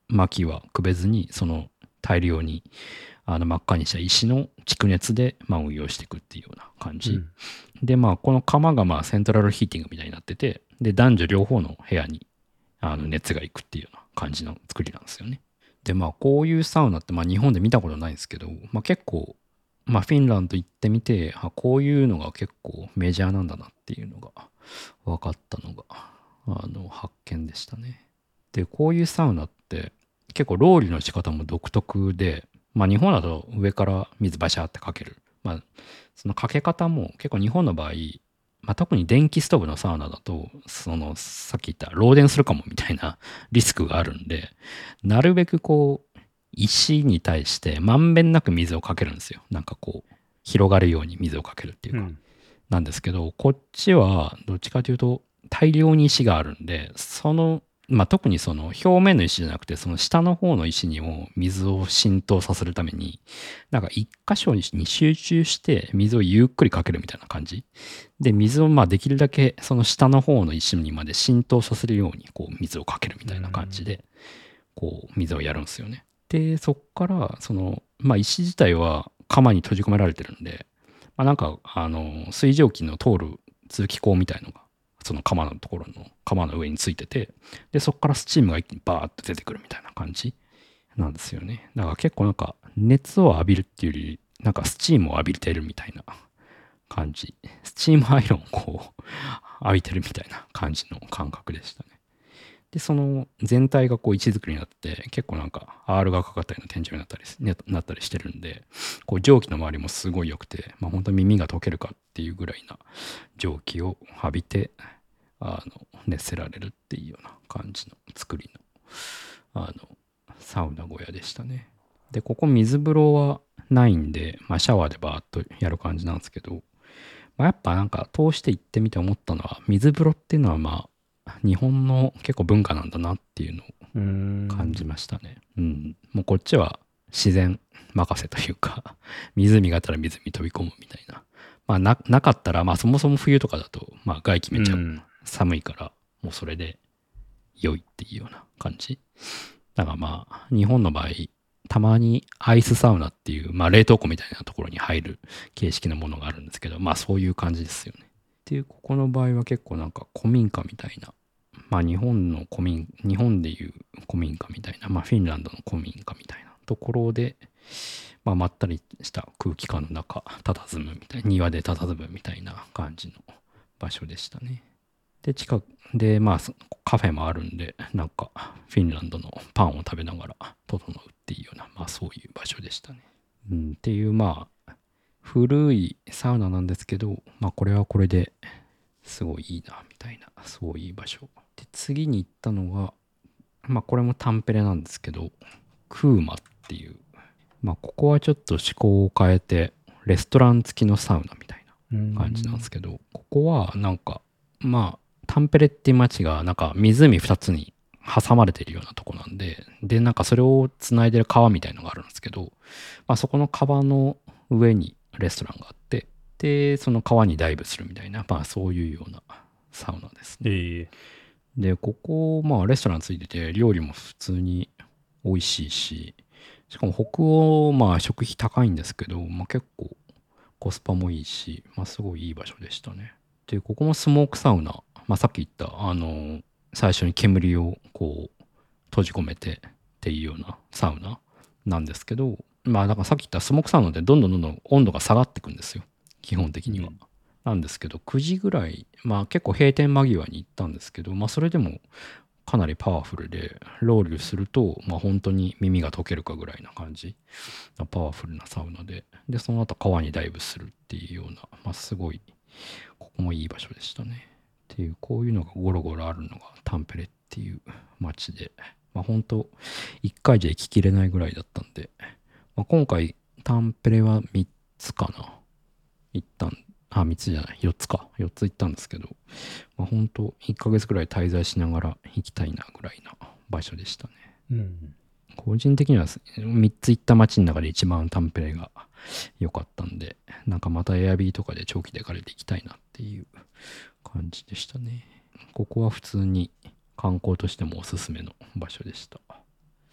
薪はくべずに、その大量に真っ赤にした石の蓄熱で、運用していくっていうような感じ。で、この窯がセントラルヒーティングみたいになってて、で、男女両方の部屋に熱がいくっていうような感じの作りなんですよね。で、こういうサウナって、日本で見たことないんですけど、結構、フィンランド行ってみて、こういうのが結構メジャーなんだなっていうのが分かったのが、発見でしたね。で、こういうサウナって結構ロウリュの仕方も独特で、日本だと上から水バシャーってかける。そのかけ方も結構日本の場合、特に電気ストーブのサウナだと、さっき言った漏電するかもみたいなリスクがあるんで、なるべく石に対してまんべんなく水をかけるんですよ。広がるように水をかけるっていうか。なんですけど、こっちはどっちかというと大量に石があるんで、特にその表面の石じゃなくて、その下の方の石にも水を浸透させるために、一箇所に集中して水をゆっくりかけるみたいな感じ。で、水をできるだけその下の方の石にまで浸透させるように、水をかけるみたいな感じで、水をやるんですよね。で、そっから、石自体は釜に閉じ込められてるんで、水蒸気の通る通気口みたいのが、その釜の上についてて、で、そこからスチームが一気にバーッと出てくるみたいな感じなんですよね。だから結構熱を浴びるっていうより、スチームを浴びてるみたいな感じ。スチームアイロンを浴びてるみたいな感じの感覚でしたね。で、その全体が石造りになって、結構R がかかったような天井になったりしてるんで、蒸気の周りもすごい良くて、本当に耳が溶けるかっていうぐらいな蒸気を浴びて、熱せられるっていうような感じの作りの、サウナ小屋でしたね。で、ここ水風呂はないんで、シャワーでバーッとやる感じなんですけど、やっぱ通して行ってみて思ったのは、水風呂っていうのは日本の結構文化なんだなっていうのを感じましたね。もうこっちは自然任せというか、湖があったら湖に飛び込むみたいな。なかったら、そもそも冬とかだと、外気めっちゃ寒いから、もうそれで良いっていうような感じ。だから日本の場合、たまにアイスサウナっていう、冷凍庫みたいなところに入る形式のものがあるんですけど、そういう感じですよね。っていう、ここの場合は結構古民家みたいな、日本でいう古民家みたいな、フィンランドの古民家みたいなところで、まったりした空気感の中、庭で佇むみたいな感じの場所でしたね。で、近くで、カフェもあるんで、フィンランドのパンを食べながら整うっていうような、そういう場所でしたね。っていう、古いサウナなんですけど、これはこれですごいいいな、みたいな、そういう場所。で、次に行ったのが、これもタンペレなんですけど、クーマっていう、ここはちょっと趣向を変えて、レストラン付きのサウナみたいな感じなんですけど、ここはタンペレっていう街が湖2つに挟まれているようなとこなんで、それを繋いでる川みたいのがあるんですけど、そこの川の上にレストランがあって、で、その川にダイブするみたいな、そういうようなサウナですね。で、ここ、レストランついてて、料理も普通に美味しいし、しかも北欧、食費高いんですけど、結構コスパもいいし、すごいいい場所でしたね。で、ここもスモークサウナ、さっき言った、最初に煙を閉じ込めてっていうようなサウナなんですけど、だからさっき言ったスモークサウナでどんどん温度が下がっていくんですよ。基本的には。なんですけど、9時ぐらい、結構閉店間際に行ったんですけど、それでもかなりパワフルで、ロウリュすると、本当に耳が溶けるかぐらいな感じ。パワフルなサウナで、で、その後川にダイブするっていうような、すごい、ここもいい場所でしたね。っていう、こういうのがゴロゴロあるのがタンペレっていう街で、本当1回じゃ行ききれないぐらいだったんで、今回タンペレは3つかな。3つじゃない、4つか。4つ行ったんですけど、本当1ヶ月ぐらい滞在しながら行きたいなぐらいな場所でしたね。個人的には3つ行った街の中で一番タンペレが良かったんで、またエアビーとかで長期で借りて行きたいなっていう感じでしたね。ここは普通に観光としてもおすすめの場所でした。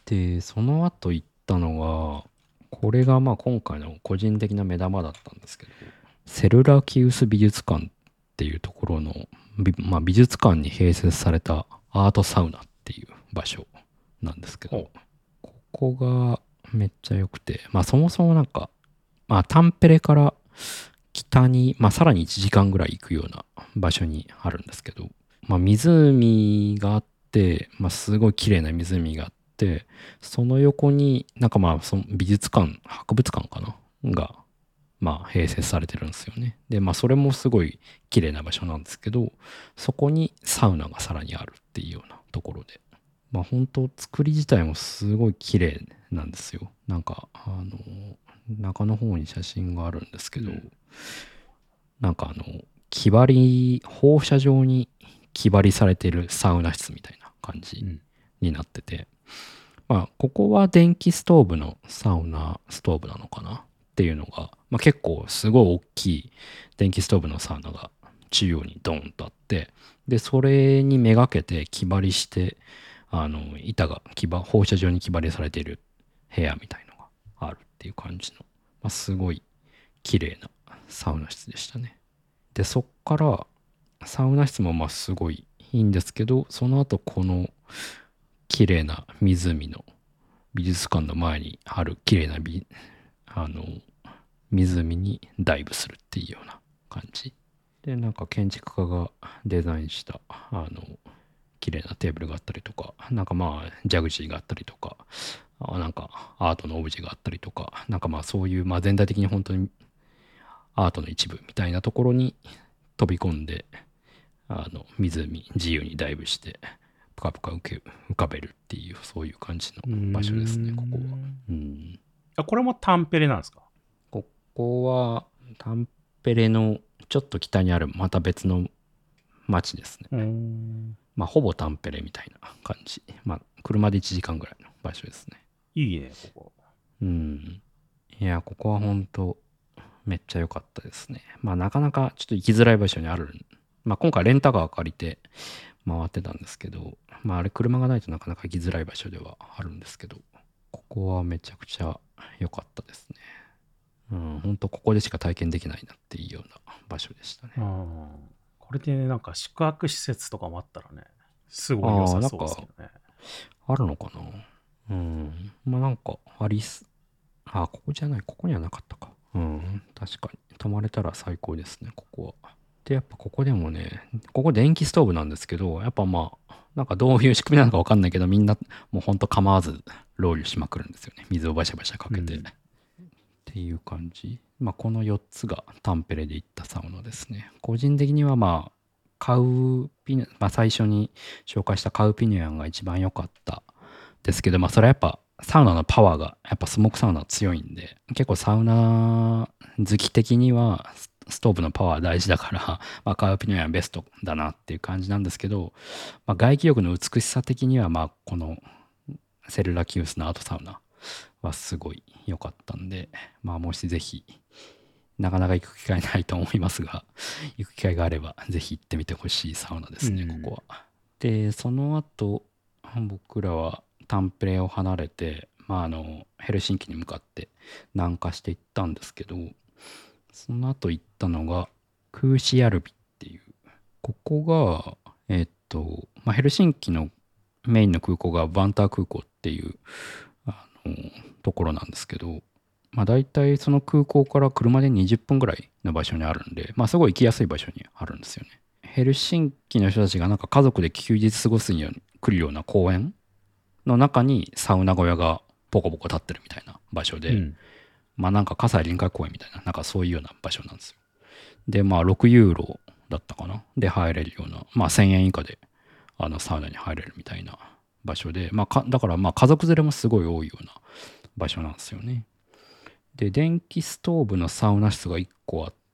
で、その後行ったのが、これがまあ今回の個人的な目玉だったんですけど、セルラキウス美術館っていうところの、まあ、美術館に併設されたアートサウナっていう場所なんですけど、ここがめっちゃ良くて、まあそもそもなんか、まあタンペレから北に、まあさらに1時間ぐらい行くような場所にあるんですけど、まあ湖があって、まあすごい綺麗な湖があって、その横になんかまあその美術館、博物館かなが、まあ併設されてるんですよね。で、まあそれもすごい綺麗な場所なんですけど、そこにサウナがさらにあるっていうようなところで、まあ本当作り自体もすごい綺麗なんですよ。なんか、中の方に写真があるんですけど、なんか木張り、放射状に木張りされてるサウナ室みたいな感じになってて、まあここは電気ストーブのサウナストーブなのかなっていうのが、まあ、結構すごい大きい電気ストーブのサウナが中央にドーンとあって、でそれにめがけて木張りして、板が放射状に木張りされている部屋みたいのがあるっていう感じの、まあ、すごい綺麗なサウナ室でしたね。でそっからサウナ室もまあすごいいいんですけど、その後この綺麗な湖の美術館の前にある綺麗な湖にダイブするっていうような感じで、なんか建築家がデザインした綺麗なテーブルがあったりとか、なんかまあジャグジーがあったりとか、なんかアートのオブジェがあったりとか、なんかまあそういう、まあ全体的に本当にアートの一部みたいなところに飛び込んで、湖自由にダイブしてぷかぷか浮かべるっていう、そういう感じの場所ですね、ここは。 これもタンペレなんですか？ ここはタンペレのちょっと北にあるまた別の町ですね。まあほぼタンペレみたいな感じ。まあ車で1時間ぐらいの場所ですね。 いいね、ここ。 いや、ここは本当めっちゃ良かったですね。まあなかなかちょっと行きづらい場所にある。まあ今回レンタカー借りて回ってたんですけど、まああれ車がないとなかなか行きづらい場所ではあるんですけど、ここはめちゃくちゃ良かったですね。本当ここでしか体験できないなっていうような場所でしたね。 これでなんか宿泊施設とかもあったらね、すごい良さそうですよね。 あるのかな。まあなんかありす。ここじゃない、ここにはなかったか。確かに。泊まれたら最高ですね、ここは。で、やっぱここでもね、ここ電気ストーブなんですけど、やっぱまあ、なんかどういう仕組みなのかわかんないけど、みんなもうほんと構わずロウリュしまくるんですよね。水をバシャバシャかけて。っていう感じ。まあこの4つがタンペレで行ったサウナですね。個人的にはまあ、最初に紹介したカウピニュアンが一番良かったですけど、まあそれはやっぱサウナのパワーがやっぱスモークサウナは強いんで、結構サウナ好き的にはストーブのパワー大事だから、まあ、カウピニュアンベストだなっていう感じなんですけど、まあ、外気浴の美しさ的にはまあこのセルラキウスのアートサウナはすごい良かったんで、まあもしぜひなかなか行く機会ないと思いますが、行く機会があればぜひ行ってみてほしいサウナですね、ここは。で、その後僕らはタンプレを離れて、まあ、ヘルシンキに向かって南下していったんですけど、その後行ったのがクーシヤルビっていう、ここがまあ、ヘルシンキのメインの空港がバンター空港っていうところなんですけど、まあ、大体その空港から車で20分ぐらいの場所にあるんで、まあ、すごい行きやすい場所にあるんですよね。ヘルシンキの人たちがなんか家族で休日過ごすに来るような公園の中にサウナ小屋がポコポコ立ってるみたいな場所で、まあなんか葛西臨海公園みたいな、なんかそういうような場所なんですよ。で、まあ6ユーロだったかなで入れるような、まあ1000円以下でサウナに入れるみたいな場所で、まあだからまあ家族連れもすごい多いような場所なんですよね。で、電気ストーブのサウナ室が1個あって、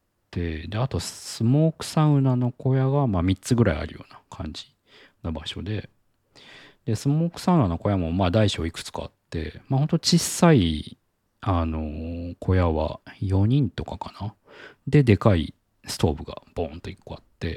で、あとスモークサウナの小屋がまあ3つぐらいあるような感じの場所で、で、スモークサウナの小屋もまあ大小いくつかあって、まあほんと小さい、小屋は4人とかかな。で、でかいストーブがボーンと1個あっ 、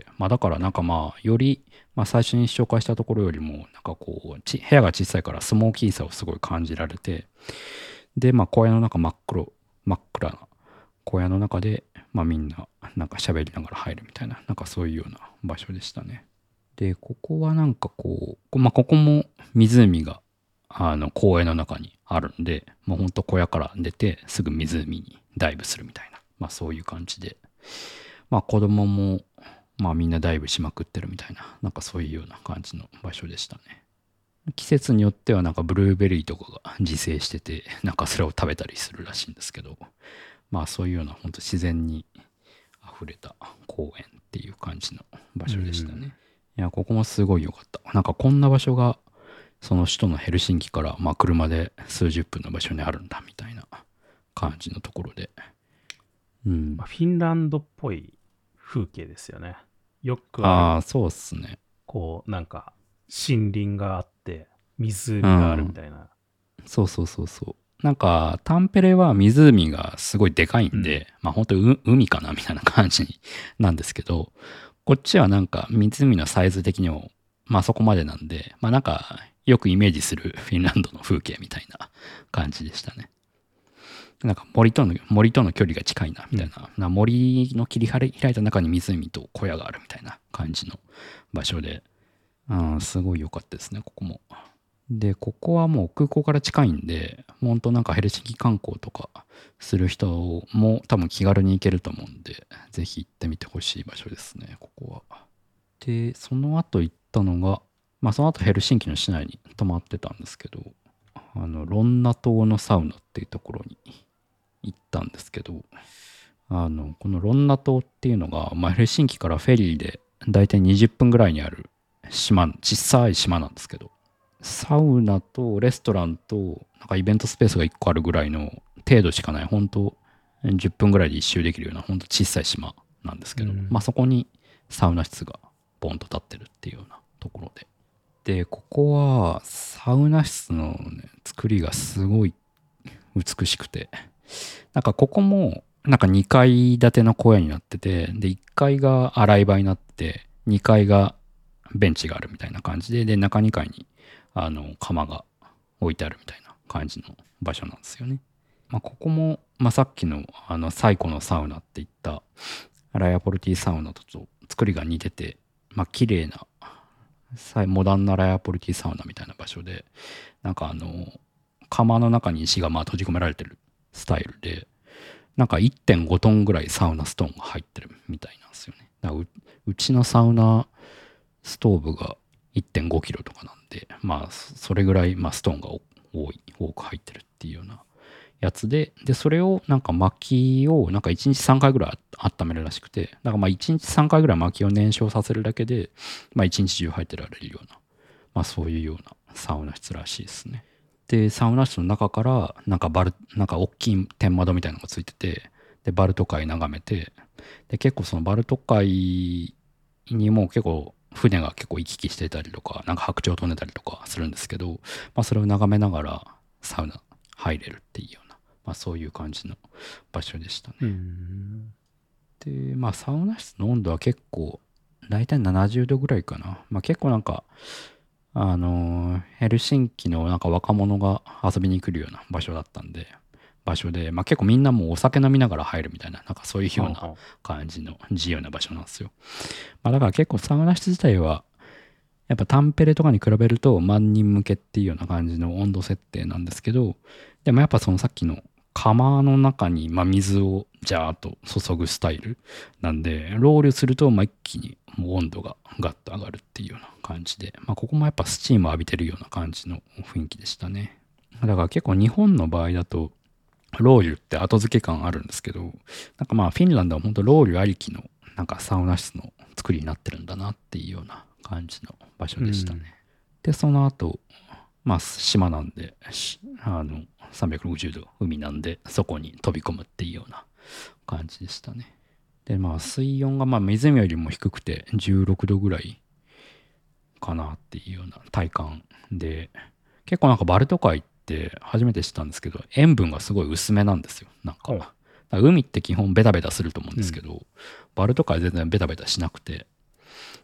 まあだからなんかまあより、まあ最初に紹介したところよりも、なんかこう、部屋が小さいからスモーキーさをすごい感じられて、で、まあ小屋の中真っ暗な小屋の中で、まあみんななんか喋りながら入るみたいな、なんかそういうような場所でしたね。で、ここはなんかこう、まあここも湖が公園の中にあるんで、もうほんと小屋から出てすぐ湖にダイブするみたいな、まあそういう感じで、まあ子供もまあみんなダイブしまくってるみたいな、なんかそういうような感じの場所でしたね。季節によってはなんかブルーベリーとかが自生してて、なんかそれを食べたりするらしいんですけど、まあそういうような本当自然に溢れた公園っていう感じの場所でしたね。いや、ここもすごい良かった。なんかこんな場所がその首都のヘルシンキからまあ車で数十分の場所にあるんだみたいな感じのところで。 フィンランドっぽい風景ですよね。よくああ、そうっすね。 こうなんか森林があって湖があるみたいな。 そうそうそうそう。なんかタンペレは湖がすごいでかいんで、まあ本当海かなみたいな感じなんですけど、こっちはなんか湖のサイズ的にもまあそこまでなんで、まあなんかよくイメージするフィンランドの風景みたいな感じでしたね。なんか森との距離が近いなみたいな、森の切り開いた中に湖と小屋があるみたいな感じの場所で、すごい良かったですね、ここも。で、ここはもう空港から近いんで、ほんとなんかヘルシンキ観光とかする人も多分気軽に行けると思うんで、ぜひ行ってみてほしい場所ですね、ここは。で、その後行ったのが、まあその後ヘルシンキの市内に泊まってたんですけど、ロンナ島のサウナっていうところに行ったんですけど、このロンナ島っていうのが、まあ、ヘルシンキからフェリーでだいたい20分ぐらいにある小さい島なんですけど、サウナとレストランとなんかイベントスペースが1個あるぐらいの程度しかない、本当10分ぐらいで一周できるような本当小さい島なんですけど、まあそこにサウナ室がボンと立ってるっていうようなところで、でここはサウナ室の、ね、作りがすごい美しくて、なんかここもなんか2階建ての小屋になってて、で1階が洗い場になって2階がベンチがあるみたいな感じで、中2階に窯が置いてあるみたいな感じの場所なんですよね。まあ、ここも、まあ、さっきの最古のサウナっていったライアポルティサウナと作りが似てて、まあ綺麗なモダンなライアポルティサウナみたいな場所で、なんか窯の中に石がまあ閉じ込められてるスタイルで、なんか 1.5 トンぐらいサウナストーンが入ってるみたいなんですよね。だからうちのサウナストーブが 1.5 キロとかなんで、まあそれぐらい、まあ、ストーンが多く入ってるっていうようなやつで、それをなんか薪をなんか1日3回ぐらい温めるらしくて、だからまあ1日3回ぐらい薪を燃焼させるだけで、まあ1日中入ってられるような、まあそういうようなサウナ室らしいですね。で、サウナ室の中からなんか大きい天窓みたいなのがついてて、で、バルト海眺めて、で、結構そのバルト海にも結構船が結構行き来してたりとか、なんか白鳥飛んでたりとかするんですけど、まあそれを眺めながらサウナ入れるっていうような、まあそういう感じの場所でしたね。で、まあサウナ室の温度は結構、だいたい70度ぐらいかな。まあ結構なんか、ヘルシンキのなんか若者が遊びに来るような場所で、まあ結構みんなもうお酒飲みながら入るみたいな、なんかそういうような感じの自由な場所なんですよ。まあだから結構サウナ室自体は、やっぱタンペレとかに比べると万人向けっていうような感じの温度設定なんですけど、でもやっぱそのさっきの窯の中にまあ水をジャーっと注ぐスタイルなんで、ロウリュするとまあ一気にもう温度がガッと上がるっていうような感じで、まあここもやっぱスチーム浴びてるような感じの雰囲気でしたね。だから結構日本の場合だとロウリュって後付け感あるんですけど、なんかまあフィンランドは本当ロウリュありきのなんかサウナ室の作りになってるんだなっていうような感じの場所でしたね。で、その後、まあ島なんで、360度海なんで、そこに飛び込むっていうような感じでしたね。で、まあ水温がまあ湖よりも低くて16度ぐらいかなっていうような体感で、結構なんかバルト海って初めて知ったんですけど、塩分がすごい薄めなんですよ。なんか海って基本ベタベタすると思うんですけど、バルト海全然ベタベタしなくて、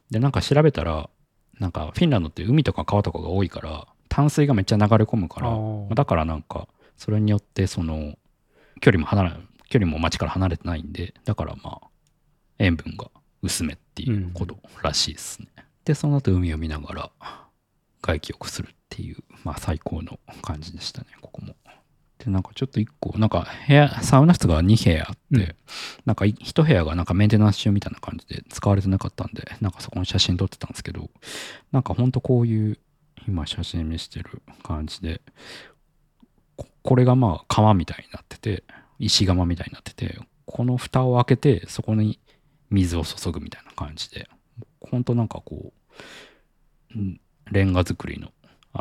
で、なんか調べたら、なんかフィンランドって海とか川とかが多いから、淡水がめっちゃ流れ込むから、だからなんか、それによってその、距離も町から離れてないんで、だからまあ、塩分が薄めっていうことらしいですね。で、その後海を見ながら外気浴するっていう、まあ最高の感じでしたね、ここも。で、なんかちょっと一個、なんかサウナ室が2部屋あって、なんか1部屋がなんかメンテナンス中みたいな感じで使われてなかったんで、なんかそこに写真撮ってたんですけど、なんかほんとこういう、今写真見せてる感じで、これがまあ川みたいになってて、石窯みたいになってて、この蓋を開けてそこに水を注ぐみたいな感じで、ほんとなんかこう、レンガ造りの、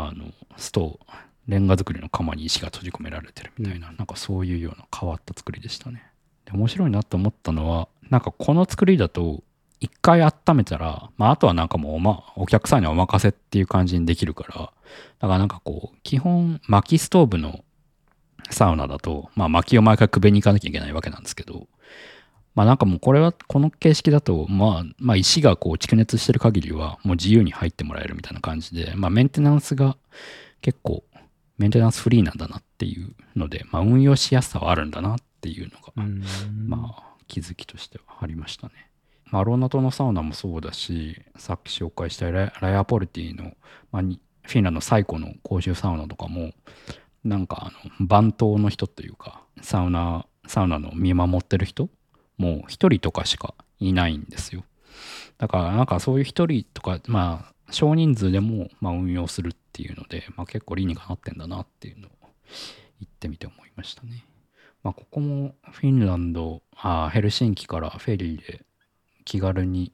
レンガ造りの窯に石が閉じ込められてるみたいな、なんかそういうような変わった作りでしたね。で、面白いなと思ったのは、なんかこの作りだと、一回温めたら、まああとはなんかもうお客さんにお任せっていう感じにできるから、だからなんかこう、基本薪ストーブのサウナだと、まあ薪を毎回くべに行かなきゃいけないわけなんですけど、まあなんかもうこの形式だと、まあ石がこう蓄熱してる限りはもう自由に入ってもらえるみたいな感じで、まあメンテナンスが結構メンテナンスフリーなんだなっていうので、まあ運用しやすさはあるんだなっていうのが、まあ気づきとしてはありましたね。まあローナ島のサウナもそうだし、さっき紹介したライアポルティの、まあ、フィンランド最古の公衆サウナとかも、なんか番頭の人というか、サウナの見守ってる人もう一人とかしかいないんですよ。だからなんかそういう一人とか、まあ少人数でもまあ運用するっていうので、まあ結構理にかなってんだなっていうのを言ってみて思いましたね。まあここもフィンランド、ヘルシンキからフェリーで気軽に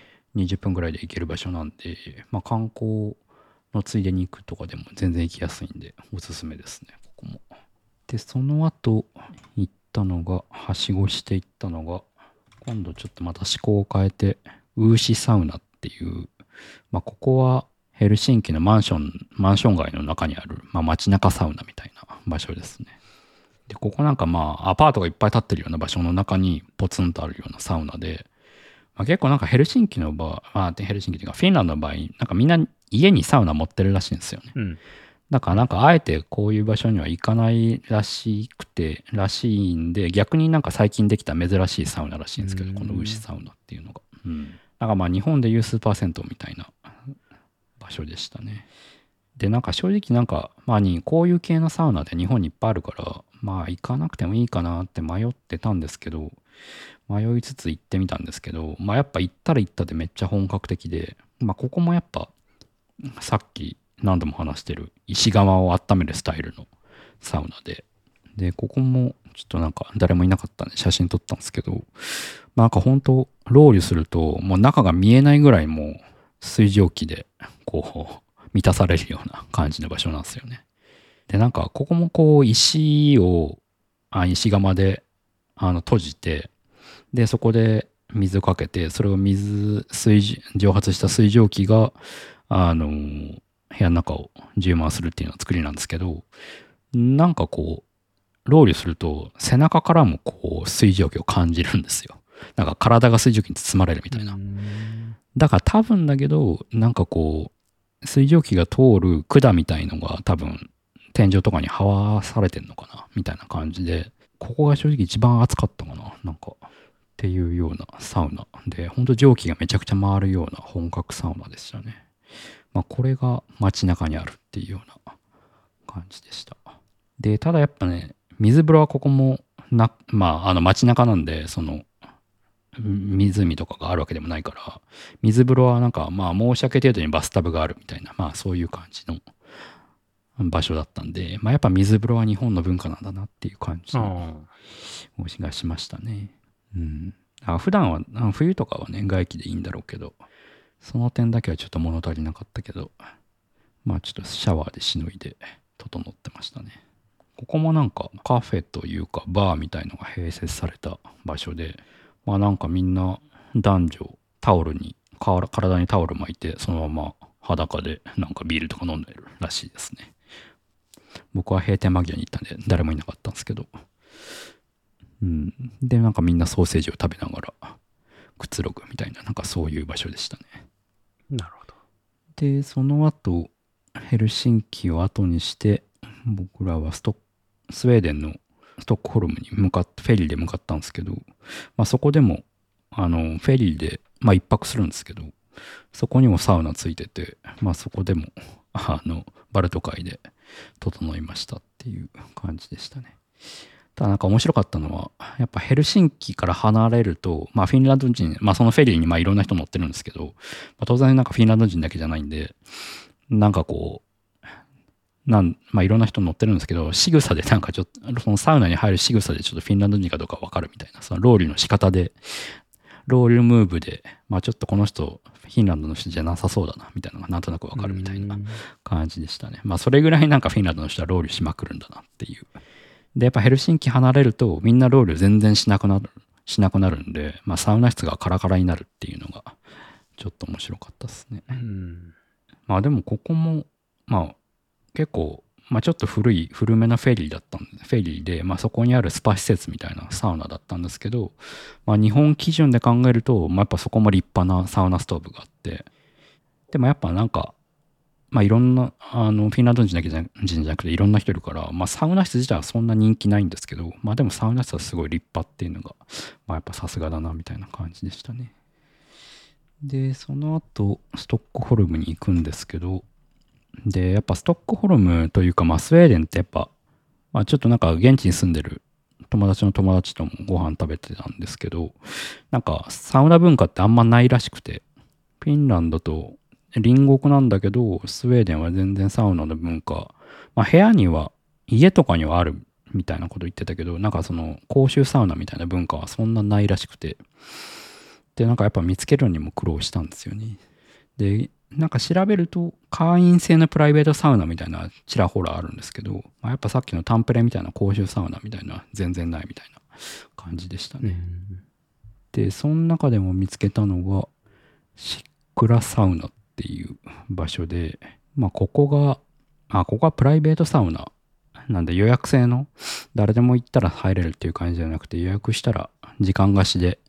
20分ぐらいで行ける場所なんで、まあ観光のついでに行くとかでも全然行きやすいんでおすすめですね、ここも。で、その後行ったのが、はしごして行ったのが、今度ちょっとまた思考を変えて、ウーシサウナっていう、まあここはヘルシンキのマンション街の中にある、まあ街中サウナみたいな場所ですね。で、ここなんかまあアパートがいっぱい建ってるような場所の中にポツンとあるようなサウナで、まあ、結構なんかヘルシンキの場合、ヘルシンキというかフィンランドの場合、なんかみんな家にサウナ持ってるらしいんですよね。だからなんかあえてこういう場所には行かないらしいんで、逆になんか最近できた珍しいサウナらしいんですけど、このウーシサウナっていうのが。なんかまあ日本でいうスーパー銭湯みたいな場所でしたね。で、なんか正直なんか、まあこういう系のサウナで日本にいっぱいあるから、まあ行かなくてもいいかなって迷ってたんですけど、迷いつつ行ってみたんですけど、まあやっぱ行ったら行ったでめっちゃ本格的で、まあここもやっぱさっき何度も話してる石窯を温めるスタイルのサウナで、ここもちょっとなんか誰もいなかったんで写真撮ったんですけど、まあなんか本当ロウリュするともう中が見えないぐらいもう水蒸気でこう満たされるような感じの場所なんですよね。で、なんかここもこう石窯で閉じて、で、そこで水をかけて、それを蒸発した水蒸気が、部屋の中を充満するっていうような作りなんですけど、なんかこう、ロウリュすると背中からもこう水蒸気を感じるんですよ。なんか体が水蒸気に包まれるみたいな。だから多分だけど、なんかこう、水蒸気が通る管みたいのが多分天井とかに這わされてんのかなみたいな感じで、ここが正直一番暑かったかななんか。っていうようなサウナで、ほんと蒸気がめちゃくちゃ回るような本格サウナでしたね。まあこれが街中にあるっていうような感じでした。で、ただやっぱね、水風呂はここも街中なんで、その湖とかがあるわけでもないから、水風呂はなんかまあ申し訳程度にバスタブがあるみたいな、まあそういう感じの場所だったんで、まあやっぱ水風呂は日本の文化なんだなっていう感じの気がしましたね。普段は冬とかはね外気でいいんだろうけど、その点だけはちょっと物足りなかったけど、まあちょっとシャワーでしのいで整ってましたね。ここもなんかカフェというかバーみたいのが併設された場所で、まあなんかみんな男女体にタオル巻いてそのまま裸でなんかビールとか飲んでるらしいですね。僕は閉店間際に行ったんで誰もいなかったんですけど、でなんかみんなソーセージを食べながらくつろぐみたいな、なんかそういう場所でしたね。 なるほど。 で、その後、ヘルシンキを後にして、僕らはスウェーデンのストックホルムにフェリーで向かったんですけど、まあそこでも、フェリーで、まあ一泊するんですけど、そこにもサウナついてて、まあそこでも、バルト海で整いましたっていう感じでしたね。ただなんか面白かったのは、やっぱヘルシンキから離れると、まあフィンランド人、まあそのフェリーにまあいろんな人乗ってるんですけど、まあ、当然なんかフィンランド人だけじゃないんで、なんかこう、まあいろんな人乗ってるんですけど、仕草でなんかちょっと、そのサウナに入る仕草でちょっとフィンランド人かどうかわかるみたいな、そのロールの仕方で、ロールムーブで、まあちょっとこの人、フィンランドの人じゃなさそうだな、みたいなのがなんとなくわかるみたいな感じでしたね。まあそれぐらいなんかフィンランドの人はロールしまくるんだなっていう。で、やっぱヘルシンキ離れるとみんなロール全然しなくなるんで、まあサウナ室がカラカラになるっていうのがちょっと面白かったですね。まあでもここも、まあ結構、まあちょっと古めのフェリーで、まあそこにあるスパ施設みたいなサウナだったんですけど、まあ日本基準で考えると、まあやっぱそこも立派なサウナストーブがあって、でもやっぱなんか、まあいろんな、フィンランド人じゃなくていろんな人いるから、まあサウナ室自体はそんな人気ないんですけど、まあでもサウナ室はすごい立派っていうのが、まあやっぱさすがだなみたいな感じでしたね。で、その後、ストックホルムに行くんですけど、で、やっぱストックホルムというか、まあスウェーデンってやっぱ、まあちょっとなんか現地に住んでる友達の友達ともご飯食べてたんですけど、なんかサウナ文化ってあんまないらしくて、フィンランドと隣国なんだけど、スウェーデンは全然サウナの文化、まあ部屋には、家とかにはあるみたいなこと言ってたけど、なんかその公衆サウナみたいな文化はそんなないらしくて、で、なんかやっぱ見つけるのにも苦労したんですよね。で、なんか調べると会員制のプライベートサウナみたいなちらほらあるんですけど、まあ、やっぱさっきのタンプレみたいな公衆サウナみたいな全然ないみたいな感じでしたね。で、その中でも見つけたのがシックラサウナっていう場所で、まあここはプライベートサウナなんで予約制の誰でも行ったら入れるっていう感じじゃなくて、予約したら時間貸しで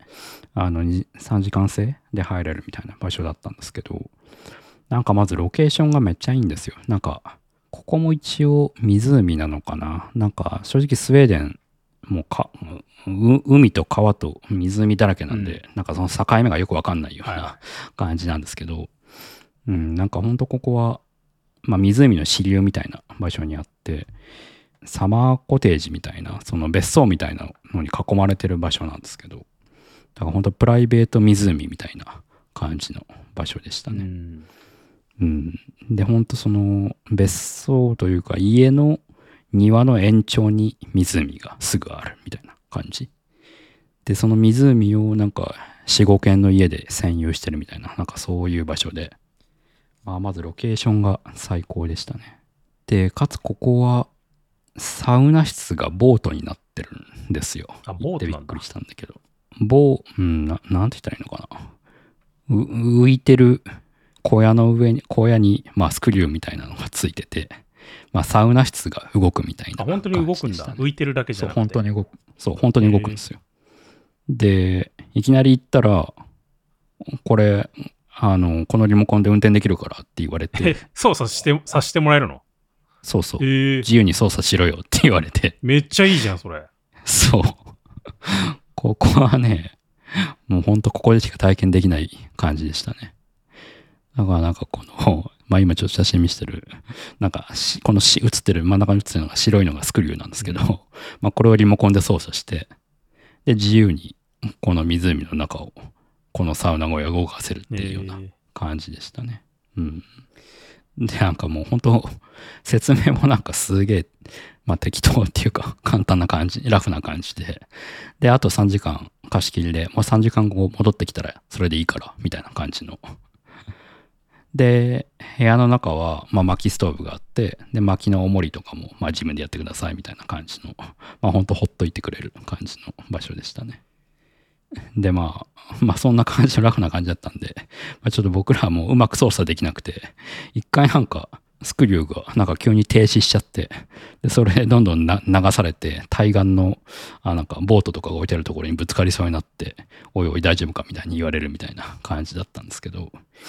3時間制で入れるみたいな場所だったんですけど、なんかまずロケーションがめっちゃいいんですよ。なんかここも一応湖なのかな。なんか正直スウェーデンも海と川と湖だらけなんで、なんかその境目がよくわかんないような感じなんですけど、なんかほんとここは、まあ湖の支流みたいな場所にあって、サマーコテージみたいな、その別荘みたいなのに囲まれてる場所なんですけど、だから本当プライベート湖みたいな感じの場所でしたね。で、本当その別荘というか家の庭の延長に湖がすぐあるみたいな感じ。で、その湖をなんか4、5軒の家で占有してるみたいな、なんかそういう場所で、まあまずロケーションが最高でしたね。で、かつここはサウナ室がボートになってるんですよ。 ボートなんだ。 行ってびっくりしたんだけど。なんて言ったらいいのかな。浮いてる小屋に、まあスクリューみたいなのがついてて、まあサウナ室が動くみたいな、 本当に動くんだ。浮いてるだけじゃなくて。 そう、本当に動くんですよ。で、いきなり行ったら、これ、このリモコンで運転できるからって言われて。 操作させてもらえるの？ そうそう。自由に操作しろよって言われて。 めっちゃいいじゃん、それ。 そう。ここはね、もうほんとここでしか体験できない感じでしたね。だからなんかこの、まあ今ちょっと写真見せてる、なんかこの映ってる、真ん中に映ってるのが白いのがスクリューなんですけど、まあこれをリモコンで操作して、で自由にこの湖の中を、このサウナ小屋を動かせるっていうような感じでしたね。で、なんかもう本当説明もなんかすげえ、まあ適当っていうか簡単な感じ、ラフな感じで。で、あと3時間貸し切りで、もう3時間後戻ってきたらそれでいいから、みたいな感じの。で、部屋の中は、まあ薪ストーブがあって、で、薪の重りとかも、まあ自分でやってくださいみたいな感じの、まあ本当ほっといてくれる感じの場所でしたね。で、まあそんな感じのラフな感じだったんで、まあ、ちょっと僕らはもううまく操作できなくて、一回なんかスクリューがなんか急に停止しちゃって、で、それでどんどん流されて、対岸の、なんかボートとかが置いてあるところにぶつかりそうになって、おいおい大丈夫かみたいに言われるみたいな感じだったんですけど、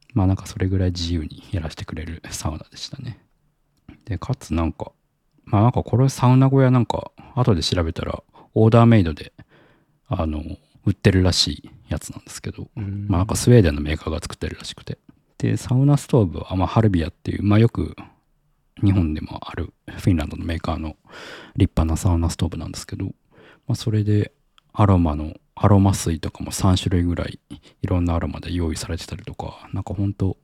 まあなんかそれぐらい自由にやらせてくれるサウナでしたね。で、かつなんか、まあなんかこれサウナ小屋なんか後で調べたらオーダーメイドで売ってるらしいやつなんですけど、まあなんかスウェーデンのメーカーが作ってるらしくて。で、サウナストーブは、まあ、ハルビアっていう、まあよく日本でもあるフィンランドのメーカーの立派なサウナストーブなんですけど、まあそれでアロマ水とかも3種類ぐらいいろんなアロマで用意されてたりとか、なんかほんと、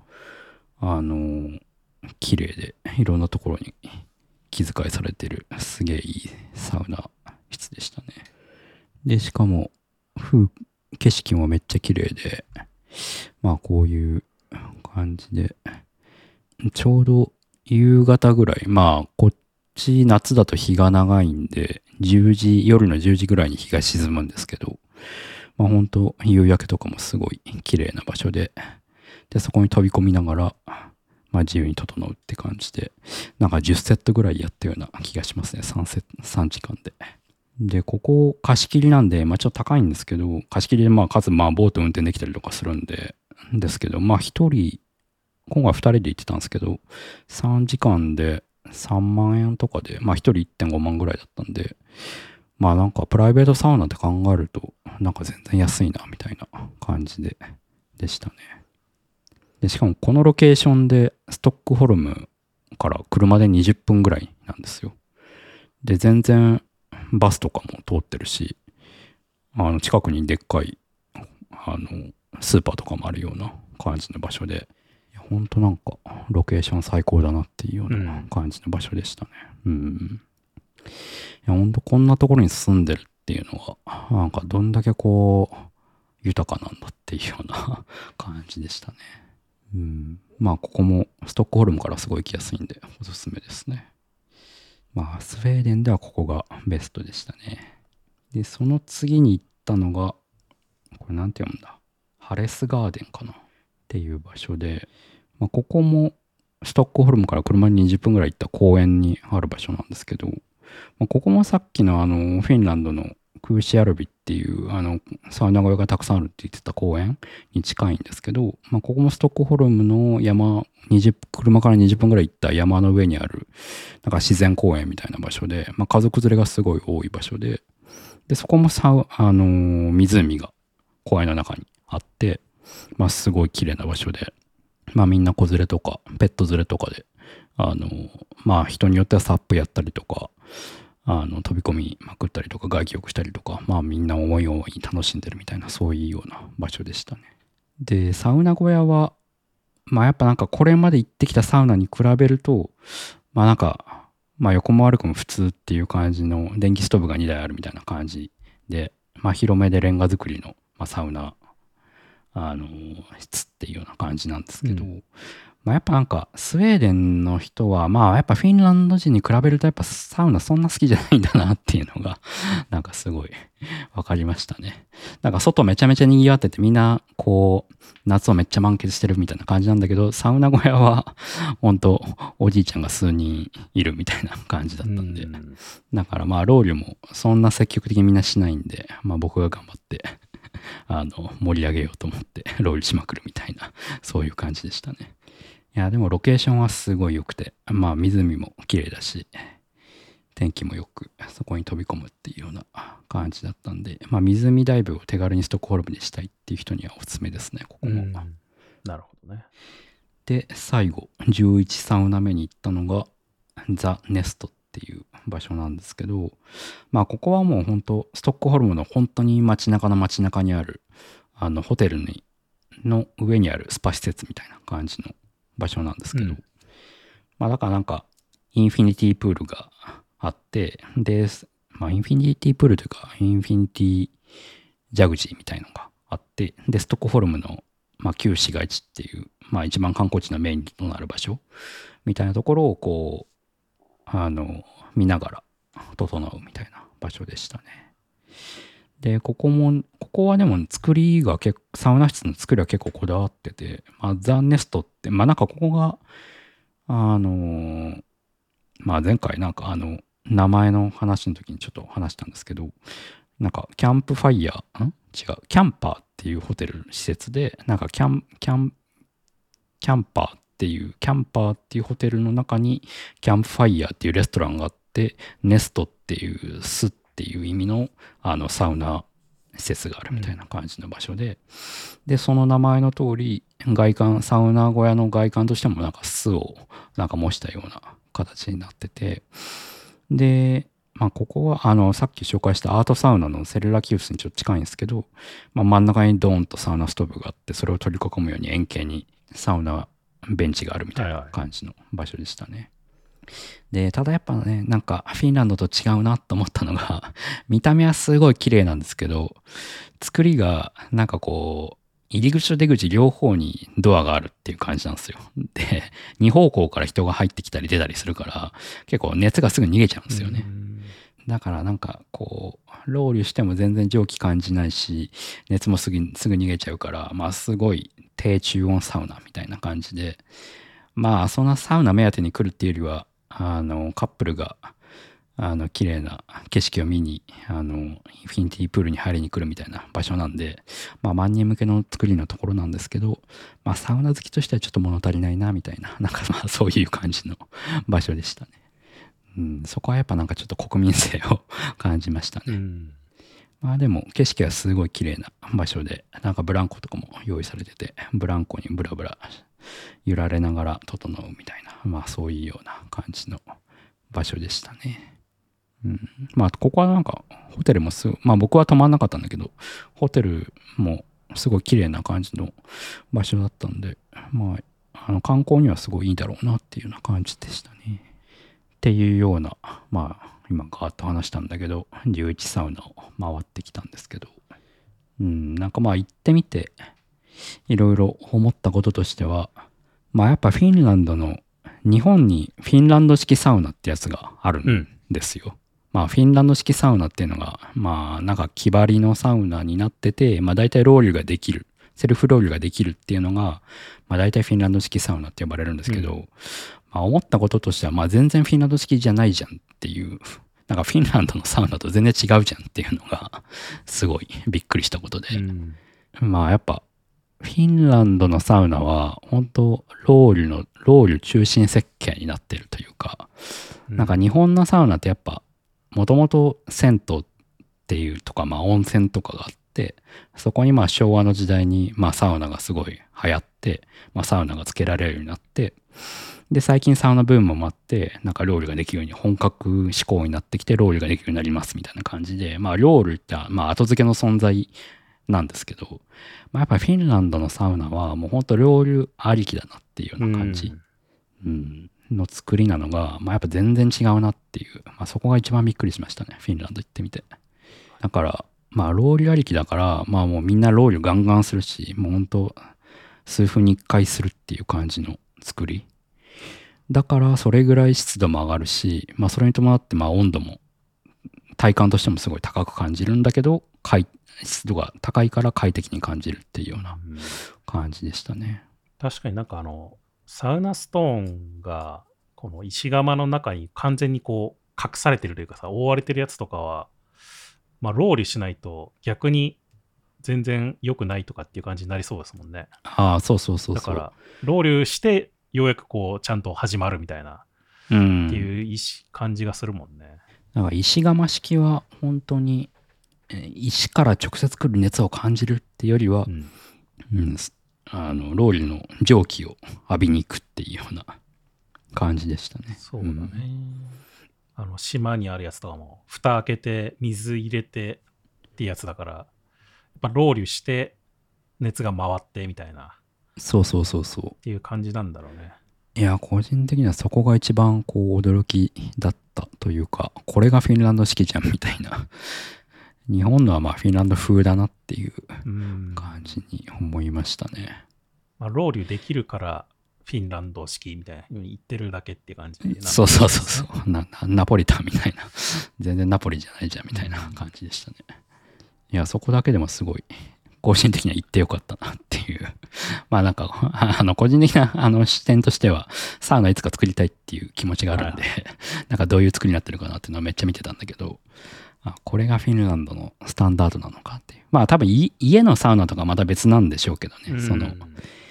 綺麗でいろんなところに気遣いされてるすげえいいサウナ室でしたね。で、しかも景色もめっちゃ綺麗で、まあこういう感じで、ちょうど夕方ぐらい、まあこっち夏だと日が長いんで、夜の10時ぐらいに日が沈むんですけど、まあ本当夕焼けとかもすごい綺麗な場所で、で、そこに飛び込みながら、まあ自由に整うって感じで、なんか10セットぐらいやったような気がしますね、3時間で。で、ここ貸し切りなんで、まあちょっと高いんですけど、貸し切りでまあかつまあボート運転できたりとかするんで、ですけど、まあ一人、今回2人で行ってたんですけど、3時間で3万円とかで、まあ1人1.5万ぐらいだったんで、まあなんかプライベートサウナって考えると、なんか全然安いな、みたいな感じでしたね。で、しかもこのロケーションで、ストックホルムから車で20分ぐらいなんですよ。で、全然バスとかも通ってるし、近くにでっかい、スーパーとかもあるような感じの場所で、ほんとなんか、ロケーション最高だなっていうような感じの場所でしたね。いや、ほんとこんなところに住んでるっていうのは、なんかどんだけこう、豊かなんだっていうような感じでしたね。まあ、ここもストックホルムからすごい行きやすいんで、おすすめですね。まあ、スウェーデンではここがベストでしたね。で、その次に行ったのが、これなんて読むんだ。ハレスガーデンかなっていう場所で、まあ、ここもストックホルムから車に20分ぐらい行った公園にある場所なんですけど、まあ、ここもさっきのフィンランドのクーシアルビっていうサウナ小屋がたくさんあるって言ってた公園に近いんですけど、まあ、ここもストックホルムの車から20分ぐらい行った山の上にあるなんか自然公園みたいな場所で、まあ、家族連れがすごい多い場所で、そこも湖が公園の中にあって、まあ、すごい綺麗な場所で、まあ、みんな子連れとかペット連れとかでまあ人によってはサップやったりとか飛び込みまくったりとか外気浴したりとか、まあみんな思い思いに楽しんでるみたいな、そういうような場所でしたね。で、サウナ小屋はまあやっぱなんかこれまで行ってきたサウナに比べると、まあなんかまあ横も悪くも普通っていう感じの電気ストーブが2台あるみたいな感じで、まあ広めでレンガ造りの、まあ、サウナ室っていうような感じなんですけど、まあやっぱなんかスウェーデンの人はまあやっぱフィンランド人に比べるとやっぱサウナそんな好きじゃないんだなっていうのがなんかすごいわかりましたね。なんか外めちゃめちゃ賑わっててみんなこう夏をめっちゃ満喫してるみたいな感じなんだけど、サウナ小屋は本当おじいちゃんが数人いるみたいな感じだったんで、だからまあロウリュもそんな積極的にみんなしないんで、まあ僕が頑張って盛り上げようと思ってロウリュしまくるみたいな、そういう感じでしたね。いや、でもロケーションはすごい良くて、まあ湖も綺麗だし、天気もよく、そこに飛び込むっていうような感じだったんで、まあ湖ダイブを手軽にストックホルムにしたいっていう人にはおすすめですね、ここも。 なるほどね。 で、最後、11サウナ目に行ったのが、ザ・ネストっていう場所なんですけど、まあここはもう本当ストックホルムの本当に街中の街中にある、ホテルの上にあるスパ施設みたいな感じの場所なんですけど、まあだからなんかインフィニティプールがあって、で、まあインフィニティプールというかインフィニティジャグジーみたいのがあって、で、ストックホルムの、まあ、旧市街地っていう、まあ一番観光地のメインとなる場所みたいなところをこう、見ながら整うみたいな場所でしたね。で、ここはでも作りがサウナ室の作りは結構こだわってて、まあ、ザ・ネストって、まあなんかここが、まあ前回なんか名前の話の時にちょっと話したんですけど、なんかキャンプファイヤー、違う、キャンパーっていうホテル施設で、なんかキャンパーっていうホテルの中にキャンプファイヤーっていうレストランがあって、ネストっていう巣っていう意味のサウナ施設があるみたいな感じの場所で、でその名前の通り外観、サウナ小屋の外観としてもなんか巣をなんか模したような形になってて、でここはさっき紹介したアートサウナのセルラキウスにちょっと近いんですけど、真ん中にドーンとサウナストーブがあって、それを取り囲むように円形にサウナベンチがあるみたいな感じの場所でしたね。でただやっぱね、なんかフィンランドと違うなと思ったのが見た目はすごい綺麗なんですけど、作りがなんかこう入り口と出口両方にドアがあるっていう感じなんですよ。で2方向から人が入ってきたり出たりするから、結構熱がすぐ逃げちゃうんですよね。だからなんかこうロウリュしても全然蒸気感じないし、熱もすぐ逃げちゃうから、すごい低中温サウナみたいな感じで、そんなサウナ目当てに来るっていうよりはカップルが綺麗な景色を見にインフィニティプールに入りに来るみたいな場所なんで、万人向けの作りのところなんですけど、サウナ好きとしてはちょっと物足りないなみたいな、なんかそういう感じの場所でしたね。そこはやっぱなんかちょっと国民性を感じましたね。でも景色はすごい綺麗な場所で、なんかブランコとかも用意されてて、ブランコにブラブラ揺られながら整うみたいな、そういうような感じの場所でしたね。ここはなんかホテルも僕は泊まんなかったんだけど、ホテルもすごい綺麗な感じの場所だったんで、観光にはすごいいいだろうなっていうような感じでしたね。っていうような、今ガーッと話したんだけど、11サウナを回ってきたんですけど、なんか行ってみていろいろ思ったこととしては、やっぱフィンランドの、日本にフィンランド式サウナってやつがあるんですよ。フィンランド式サウナっていうのがなんか木張りのサウナになってて、大体ロウリュができる、セルフロウリュができるっていうのが大体フィンランド式サウナって呼ばれるんですけど、思ったこととしては全然フィンランド式じゃないじゃんっていう、なんかフィンランドのサウナと全然違うじゃんっていうのがすごいびっくりしたことで、やっぱフィンランドのサウナは本当ロウリュ中心設計になってるというか、なんか日本のサウナってやっぱもともと銭湯っていうとか温泉とかがあって、そこに昭和の時代にサウナがすごい流行って、サウナがつけられるようになって、で最近サウナブームもあって、なんかロウリュができるように本格志向になってきて、ロウリュができるようになりますみたいな感じで、ロウリュって後付けの存在なんですけど、やっぱりフィンランドのサウナはもうほんとロウリュありきだなっていうような感じ、の作りなのが、やっぱ全然違うなっていう、そこが一番びっくりしましたね、フィンランド行ってみて。だからロウリュありきだから、もうみんなロウリュガンガンするし、もうほんと数分に1回するっていう感じの作りだから、それぐらい湿度も上がるし、それに伴って温度も体感としてもすごい高く感じるんだけど、湿度が高いから快適に感じるっていうような感じでしたね。 確かになんかサウナストーンがこの石窯の中に完全にこう隠されてるというかさ、覆われてるやつとかはロウリュしないと逆に全然良くないとかっていう感じになりそうですもんね。 そうだからロウリュしてようやくこうちゃんと始まるみたいなっていう感じがするもんね。 なんか石窯式は本当に石から直接来る熱を感じるってよりは、ロウリュの蒸気を浴びに行くっていうような感じでしたね。 そうだね。島にあるやつとかも蓋開けて水入れてってやつだから、やっぱロウリュして熱が回ってみたいな。 そうっていう感じなんだろうね。 いや、個人的にはそこが一番こう驚きだったというか、これがフィンランド式じゃんみたいな。日本のはフィンランド風だなっていう感じに思いましたね。 ロウリュできるからフィンランド式みたいな風に言ってるだけって感じで、 そうナポリタンみたいな全然ナポリじゃないじゃんみたいな感じでしたね。いや、そこだけでもすごい個人的には言ってよかったなっていうなんか個人的な視点としてはサウナいつか作りたいっていう気持ちがあるんで、なんかどういう作りになってるかなっていうのはめっちゃ見てたんだけど、これがフィンランドのスタンダードなのかっていう。多分家のサウナとかまた別なんでしょうけどね。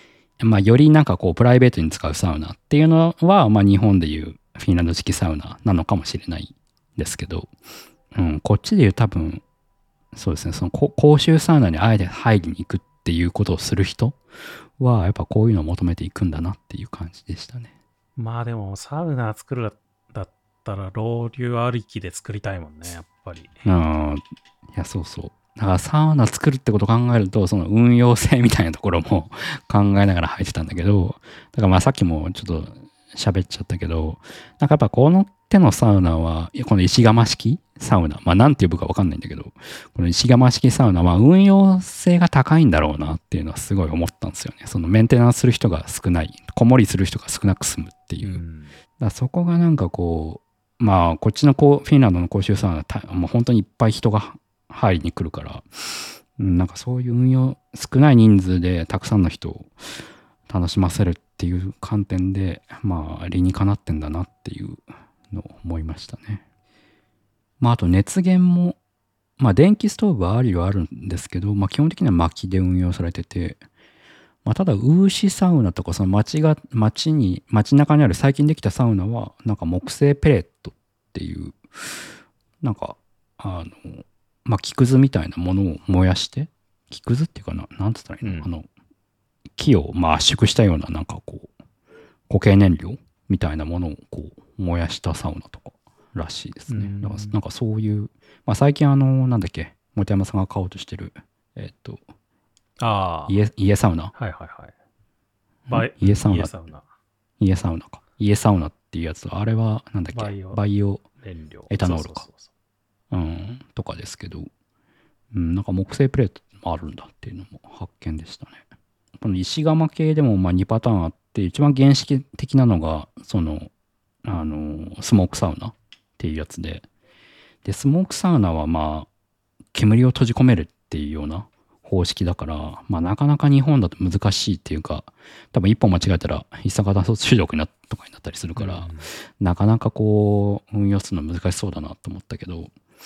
まあよりなんかこうプライベートに使うサウナっていうのは、まあ日本でいうフィンランド式サウナなのかもしれないですけど、こっちでいう多分、そうですね、その公衆サウナにあえて入りに行くっていうことをする人は、やっぱこういうのを求めていくんだなっていう感じでしたね。 まあでも、サウナ作るだったら、ロウリュありきで作りたいもんね、やっぱり。いや、そうそう。だからサウナ作るってことを考えると、その運用性みたいなところも考えながら入ってたんだけど、だからまあさっきもちょっと喋っちゃったけど、なんかやっぱこの手のサウナは、この石窯式サウナ、まあなんて呼ぶかわかんないんだけど、この石窯式サウナは運用性が高いんだろうなっていうのはすごい思ったんですよね。そのメンテナンスする人が少ない、子守りする人が少なく済むっていう。だからそこがなんかこう、まあこっちのフィンランドの公衆サウナ、もう本当にいっぱい人が入りに来るから、なんかそういう運用、少ない人数でたくさんの人を楽しませるっていう観点で、まあ理にかなってんだなっていうのを思いましたね。まああと熱源も、まあ電気ストーブはあるんですけど、まあ基本的には薪で運用されてて、まあただウーシサウナとかその街中にある最近できたサウナは、なんか木製ペレットっていう、なんかまあ、木くずみたいなものを燃やして、木くずっていうかな、なんつったらいいの、木をまあ圧縮したような、なんかこう、固形燃料みたいなものをこう燃やしたサウナとからしいですね。だからなんかそういう、まあ最近なんだっけ、本山さんが買おうとしてる、家サウナ。 はいはいはい。 家サウナか。家サウナっていうやつは、あれはなんだっけ、バイオ燃料エタノールか。とかですけど、なんか木製プレートもあるんだっていうのも発見でしたね。この石窯系でもまあ2パターンあって、一番原始的なのが、その、スモークサウナっていうやつで、スモークサウナはまあ、煙を閉じ込めるっていうような方式だから、まあなかなか日本だと難しいっていうか、多分一本間違えたら一酸化炭素中毒とかになったりするから、なかなかこう、運用するの難しそうだなと思ったけど、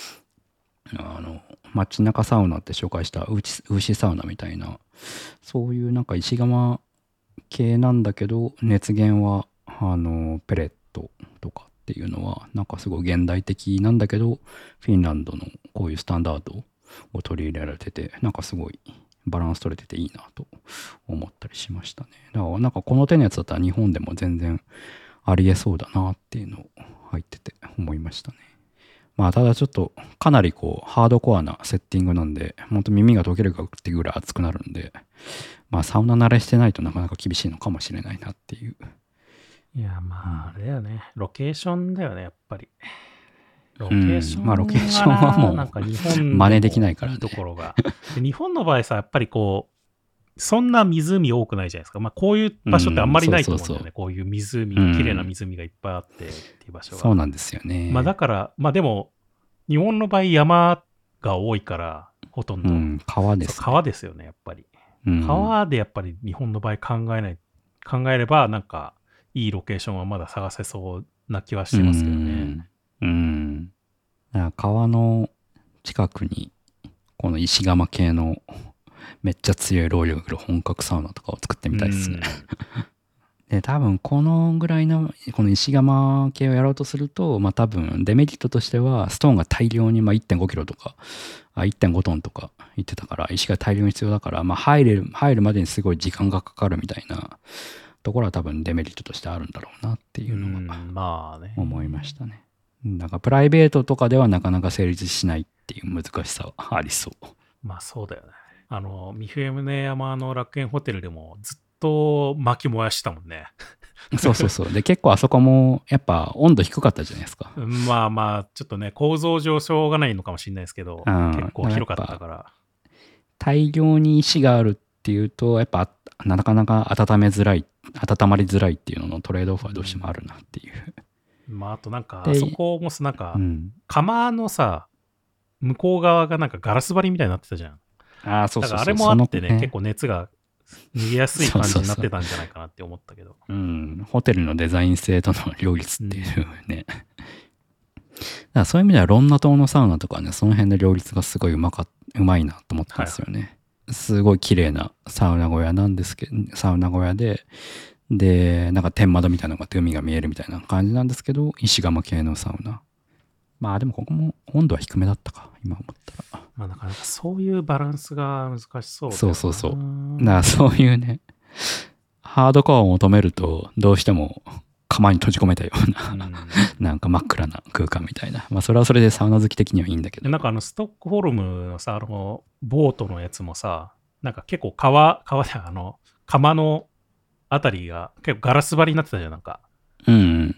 街中サウナって紹介したウーシサウナみたいな、そういうなんか石窯系なんだけど、熱源はペレットとかっていうのはなんかすごい現代的なんだけど、フィンランドのこういうスタンダードを取り入れられてて、なんかすごいバランス取れてていいなと思ったりしましたね。だからなんかこの手のやつだったら日本でも全然ありえそうだなっていうのを入ってて思いましたね。まあただちょっとかなりこうハードコアなセッティングなんで、本当耳が溶けるかっていうぐらい熱くなるんで、まあサウナ慣れしてないとなかなか厳しいのかもしれないなっていう。 いやまああれだよね、ロケーションだよねやっぱり。ロケーションは、 まあロケーションはもうなんか日本真似できないからね。 ところが。日本の場合さ、やっぱりこうそんな湖多くないじゃないですか。まあこういう場所ってあんまりないと思うんだよね。こういう湖、綺麗な湖がいっぱいあってっていう場所が。 そうなんですよね。 まあだから、まあでも、日本の場合山が多いから、ほとんど。 川です、ね。 川ですよね、やっぱり。川でやっぱり日本の場合考えれば、なんかいいロケーションはまだ探せそうな気はしてますけどね。 川の近くに、この石窯系のめっちゃ強い労力が本格サウナとかを作ってみたいですね。で、多分このぐらいの、この石窯系をやろうとすると、まあ多分デメリットとしては、ストーンが大量に、まあ 1.5 キロとか、1.5 トンとか言ってたから、石が大量に必要だから、まあ入るまでにすごい時間がかかるみたいなところは多分デメリットとしてあるんだろうなっていうのは思いましたね。だからプライベートとかではなかなか成立しないっていう難しさはありそう。 まあそうだよね。三船山の楽園ホテルでもずっと薪燃やしたもんね。 そう。で、結構あそこもやっぱ温度低かったじゃないですか。 まあまあ、ちょっとね、構造上しょうがないのかもしれないですけど、結構広かったから。 大量に石があるっていうと、やっぱなかなか温まりづらいっていうののトレードオフはどうしてもあるなっていう。 まああとなんか、あそこもなんか、釜のさ、向こう側がなんかガラス張りみたいになってたじゃん。 そう。 だからあれもあってね、結構熱が逃げやすい感じになってたんじゃないかなって思ったけど。 ホテルのデザイン性との両立っていうね。だからそういう意味ではロンナ島のサウナとかね、その辺の両立がすごいうまいなと思ったんですよね。 すごい綺麗なサウナ小屋なんですけど、サウナ小屋で、なんか天窓みたいなのがあって海が見えるみたいな感じなんですけど、石窯系のサウナ。まあでもここも温度は低めだったか、今思ったら。 まあなかなかそういうバランスが難しそうだよな。 そうそうそう。だからそういうね、ハードコアを求めると、どうしても釜に閉じ込めたような、なんか真っ暗な空間みたいな。まあそれはそれでサウナ好き的にはいいんだけど。 なんかストックホルムのさ、ボートのやつもさ、なんか結構川で釜のあたりが結構ガラス張りになってたじゃん、なんか。 うん。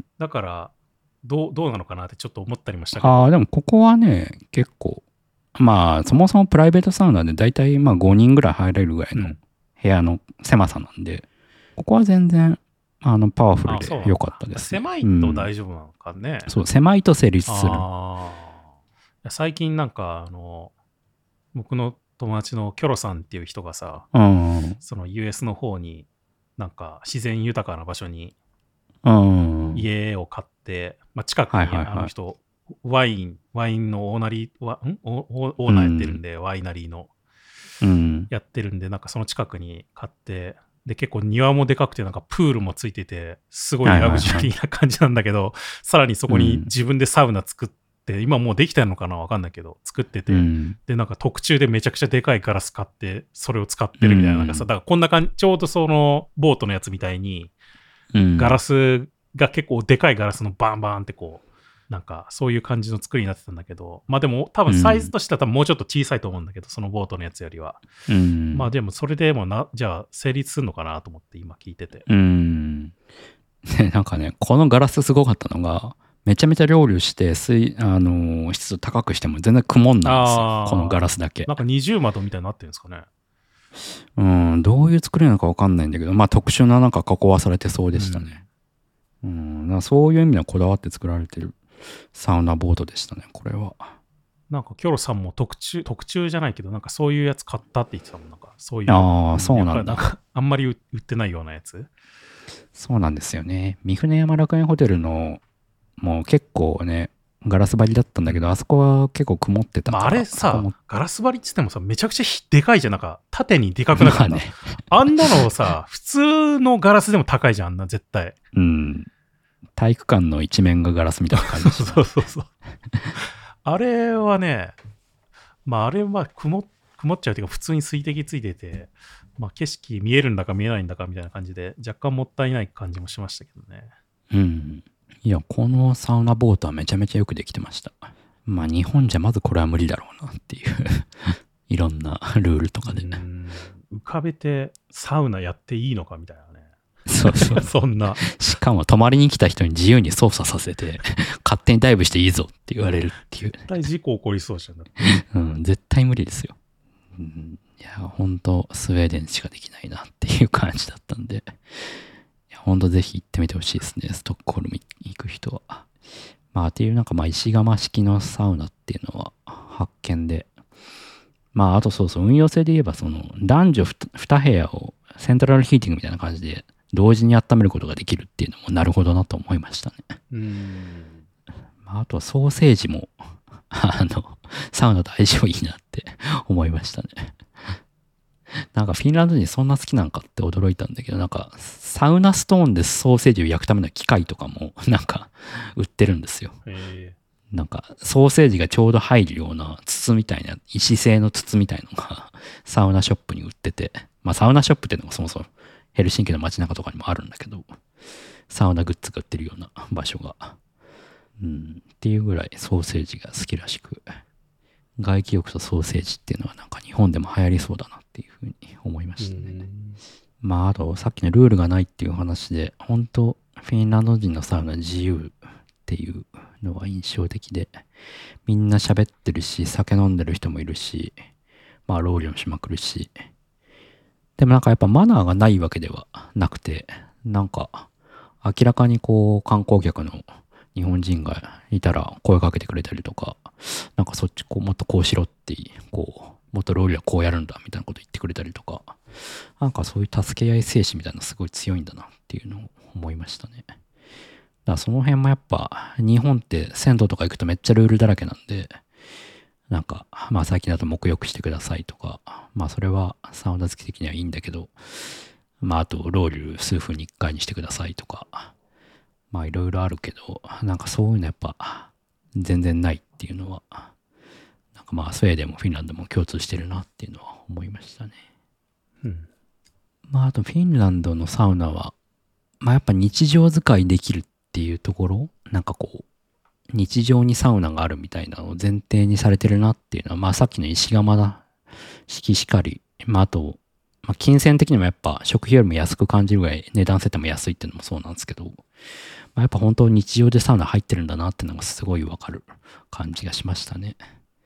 だから、どうなのかなってちょっと思ったりもしたけど。 ああ、でもここはね、結構、まあそもそもプライベートサウナでだいたいまあ5人ぐらい入れるぐらいの部屋の狭さなんで、ここは全然パワフルで良かったです、 ね。狭いと大丈夫なのかね。 そう、狭いと成立する。 最近なんか僕の友達のキョロさんっていう人がさ、その US の方になんか自然豊かな場所に家を買って、まあ、近くにあの人、ワインのオーナーやってるんで、ワイナリーのやってるんで、なんかその近くに買って、で結構庭もでかくてなんかプールもついててすごいラグジュアリーな感じなんだけど、さらにそこに自分でサウナ作って、今もうできたのかなわかんないけど作ってて、でなんか特注でめちゃくちゃでかいガラス買ってそれを使ってるみたいな、なんかさ、だからこんな感じ、ちょうどそのボートのやつみたいに、ガラスが結構でかいガラスのバンバンってこうなんかそういう感じの作りになってたんだけど、まあでも多分サイズとしては多分もうちょっと小さいと思うんだけど、そのボートのやつよりは。まあでもそれでもじゃあ成立するのかなと思って今聞いてて。 で、なんかね、このガラスすごかったのが、めちゃめちゃ料理して湿度高くしても全然曇んないんですよ、このガラスだけ。 なんか二重窓みたいになってるんですかね。 どういう作りなのか分かんないんだけど、まあ特殊ななんか加工はされてそうでしたね。そういう意味ではこだわって作られてるサウナボードでしたね、これは。 なんかキョロさんも特注じゃないけど、なんかそういうやつ買ったって言ってたもん。なんかそういう。 ああ、そうなんだ。 なんかあんまり売ってないようなやつ。 そうなんですよね。三船山楽園ホテルのもう結構ね、ガラス張りだったんだけど、あそこは結構曇ってたから。 あれさ、ガラス張りっつってもさ、めちゃくちゃでかいじゃん。なんか縦にでかくなかった。あんなのさ、普通のガラスでも高いじゃん、あんな絶対。 体育館の一面がガラスみたいな感じ。 そう。あれはね、まああれは曇っちゃうというか、普通に水滴ついてて、まあ景色見えるんだか見えないんだかみたいな感じで、若干もったいない感じもしましたけどね。 いや、このサウナボートはめちゃめちゃよくできてました。まあ日本じゃまずこれは無理だろうなっていういろんなルールとかで。 浮かべてサウナやっていいのかみたいなね。 そうそんな。 しかも泊まりに来た人に自由に操作させて勝手にダイブしていいぞって言われるっていう。 絶対事故起こりそうじゃん。絶対無理ですよ。いや、本当スウェーデンしかできないなっていう感じだったんで。本当ぜひ行ってみてほしいですね、ストックホルム行く人は。まあっていうなんか石窯式のサウナっていうのは発見で。まああとそう運用性で言えばその男女2部屋をセントラルヒーティングみたいな感じで同時に温めることができるっていうのもなるほどなと思いましたね。まあ、あとはソーセージもサウナと相性いいなって思いましたね。なんかフィンランド人そんな好きなんかって驚いたんだけど、なんかサウナストーンでソーセージを焼くための機械とかもなんか売ってるんですよ。なんかソーセージがちょうど入るような筒みたいな、石製の筒みたいのがサウナショップに売ってて、まあサウナショップっていうのがそもそもヘルシンキの街中とかにもあるんだけど、サウナグッズが売ってるような場所が、っていうぐらいソーセージが好きらしく、外気浴とソーセージっていうのはなんか日本でも流行りそうだなっていうふうに思いましたね。まああとさっきのルールがないっていう話で、本当フィンランド人のサウナ自由っていうのは印象的で、みんな喋ってるし、酒飲んでる人もいるし、まあロウリュもしまくるし、でもなんかやっぱマナーがないわけではなくて、なんか明らかにこう観光客の日本人がいたら声かけてくれたりとか、なんかそっちこうもっとこうしろってこうもっとローリはこうやるんだみたいなこと言ってくれたりとか、なんかそういう助け合い精神みたいなのすごい強いんだなっていうのを思いましたね。だからその辺もやっぱ日本って銭湯とか行くとめっちゃルールだらけなんで、なんかまあ最近だと沐浴してくださいとか、 まあそれはサウナ好き的にはいいんだけど、まああとロウリュ数分に1回にしてくださいとか、まあいろいろあるけど、なんかそういうのやっぱ全然ないっていうのは、なんかまあスウェーデンもフィンランドも共通してるなっていうのは思いましたね。まああとフィンランドのサウナは、まあやっぱ日常使いできるっていうところ、なんかこう、日常にサウナがあるみたいなのを前提にされてるなっていうのは、まあさっきの石窯式しかり、まああと、まあ、金銭的にもやっぱ食費よりも安く感じるぐらい値段設定も安いっていうのもそうなんですけど、まあ、やっぱ本当に日常でサウナ入ってるんだなっていうのがすごいわかる感じがしましたね。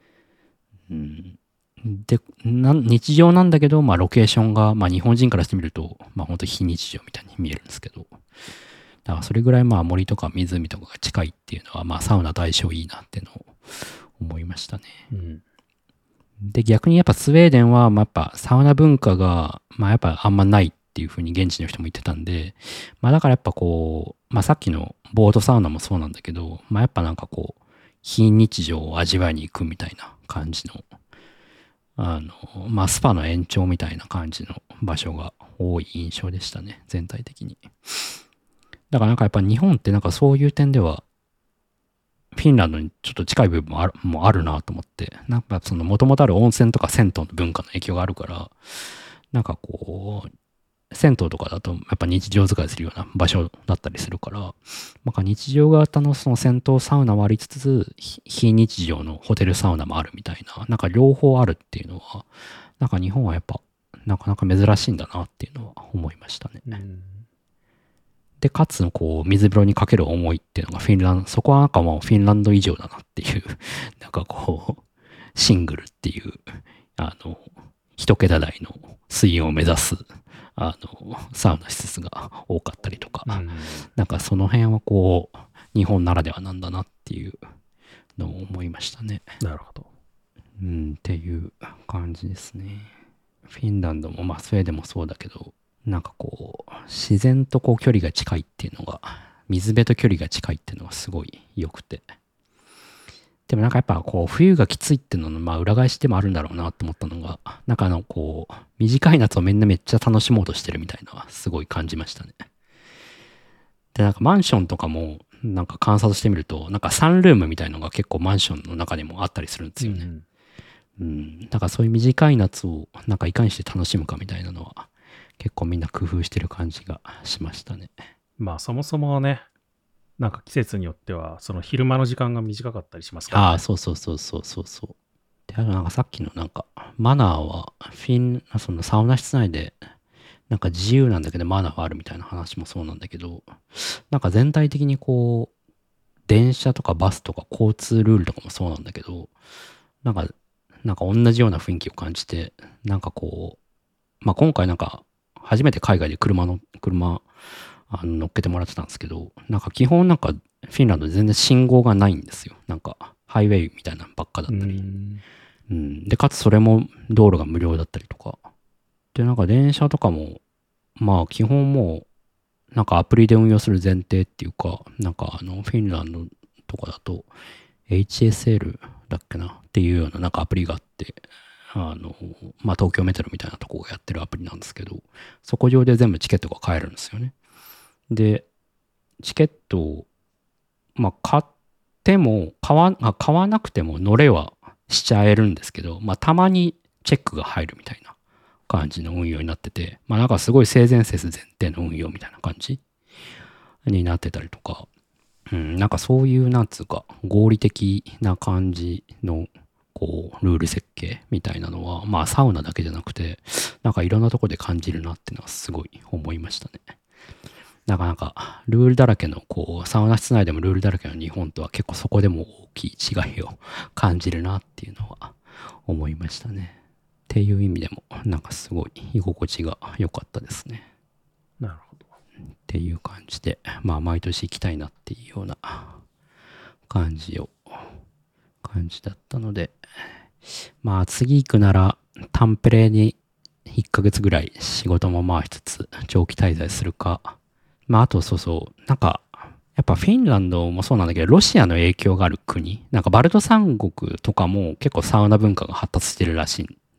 で、日常なんだけど、まあロケーションが、まあ日本人からしてみると、まあ本当非日常みたいに見えるんですけど、だからそれぐらいまあ森とか湖とかが近いっていうのは、まあサウナと相性いいなっていうのを思いましたね。で、逆にやっぱスウェーデンは、まあやっぱサウナ文化が、まあやっぱあんまないっていうふうに現地の人も言ってたんで、まあだからやっぱこう、まあさっきのボートサウナもそうなんだけど、まあやっぱなんかこう、非日常を味わいに行くみたいな感じの、まあスパの延長みたいな感じの場所が多い印象でしたね、全体的に。だからなんかやっぱ日本ってなんかそういう点では、フィンランドにちょっと近い部分もあるなと思って、なんかその元々ある温泉とか銭湯の文化の影響があるから、なんかこう、銭湯とかだとやっぱ日常使いするような場所だったりするから、なんか日常型のその銭湯サウナはありつつ、非日常のホテルサウナもあるみたいな、なんか両方あるっていうのは、なんか日本はやっぱなかなか珍しいんだなっていうのは思いましたね。で、かつ、こう、水風呂にかける思いっていうのがそこはなんかもうフィンランド以上だなっていう、なんかこう、シングルっていう、一桁台の水温を目指す、サウナ施設が多かったりとか、なんかその辺はこう、日本ならではなんだなっていうのを思いましたね。 なるほど。 っていう感じですね。フィンランドも、まあスウェーデンもそうだけど、なんかこう、自然とこう距離が近いっていうのが、水辺と距離が近いっていうのがすごい良くて。でもなんかやっぱこう、冬がきついっていうのの、まあ裏返しでもあるんだろうなと思ったのが、なんかこう、短い夏をみんなめっちゃ楽しもうとしてるみたいなのはすごい感じましたね。で、なんかマンションとかも、なんか観察してみると、なんかサンルームみたいのが結構マンションの中にもあったりするんですよね。だからそういう短い夏をなんかいかにして楽しむかみたいなのは、結構みんな工夫してる感じがしましたね。 まあそもそもね、なんか季節によっては、その昼間の時間が短かったりしますからね。 ああ、そう。で、あとなんかさっきのなんか、マナーは、そのサウナ室内で、なんか自由なんだけどマナーはあるみたいな話もそうなんだけど、なんか全体的にこう、電車とかバスとか交通ルールとかもそうなんだけど、なんか同じような雰囲気を感じて、なんかこう、まあ今回なんか、初めて海外で車乗っけてもらってたんですけど、なんか基本なんかフィンランドで全然信号がないんですよ。なんかハイウェイみたいなのばっかだったり。で、かつそれも道路が無料だったりとか。で、なんか電車とかも、まあ基本もう、なんかアプリで運用する前提っていうか、なんかフィンランドとかだと HSL だっけなっていうようななんかアプリがあって、まあ東京メトロみたいなとこがやってるアプリなんですけど、そこ上で全部チケットが買えるんですよね。で、チケットを、まあ買っても買わなくても乗れはしちゃえるんですけど、まあたまにチェックが入るみたいな感じの運用になってて、まあなんかすごい性善説前提の運用みたいな感じになってたりとか、なんかそういうなんつうか合理的な感じのこうルール設計みたいなのは、まあサウナだけじゃなくて、なんかいろんなとこで感じるなっていうのはすごい思いましたね。なかなかルールだらけのこうサウナ室内でもルールだらけの日本とは結構そこでも大きい違いを感じるなっていうのは思いましたね。っていう意味でもなんかすごい居心地が良かったですね。 なるほど。 っていう感じで、まあ毎年行きたいなっていうような感じだったので、まあ次行くならタンペレに1ヶ月ぐらい仕事も回しつつ長期滞在するか、まああとなんかやっぱフィンランドもそうなんだけどロシアの影響がある国、なんかバルト三国とかも結構サウナ文化が発達してるらしいん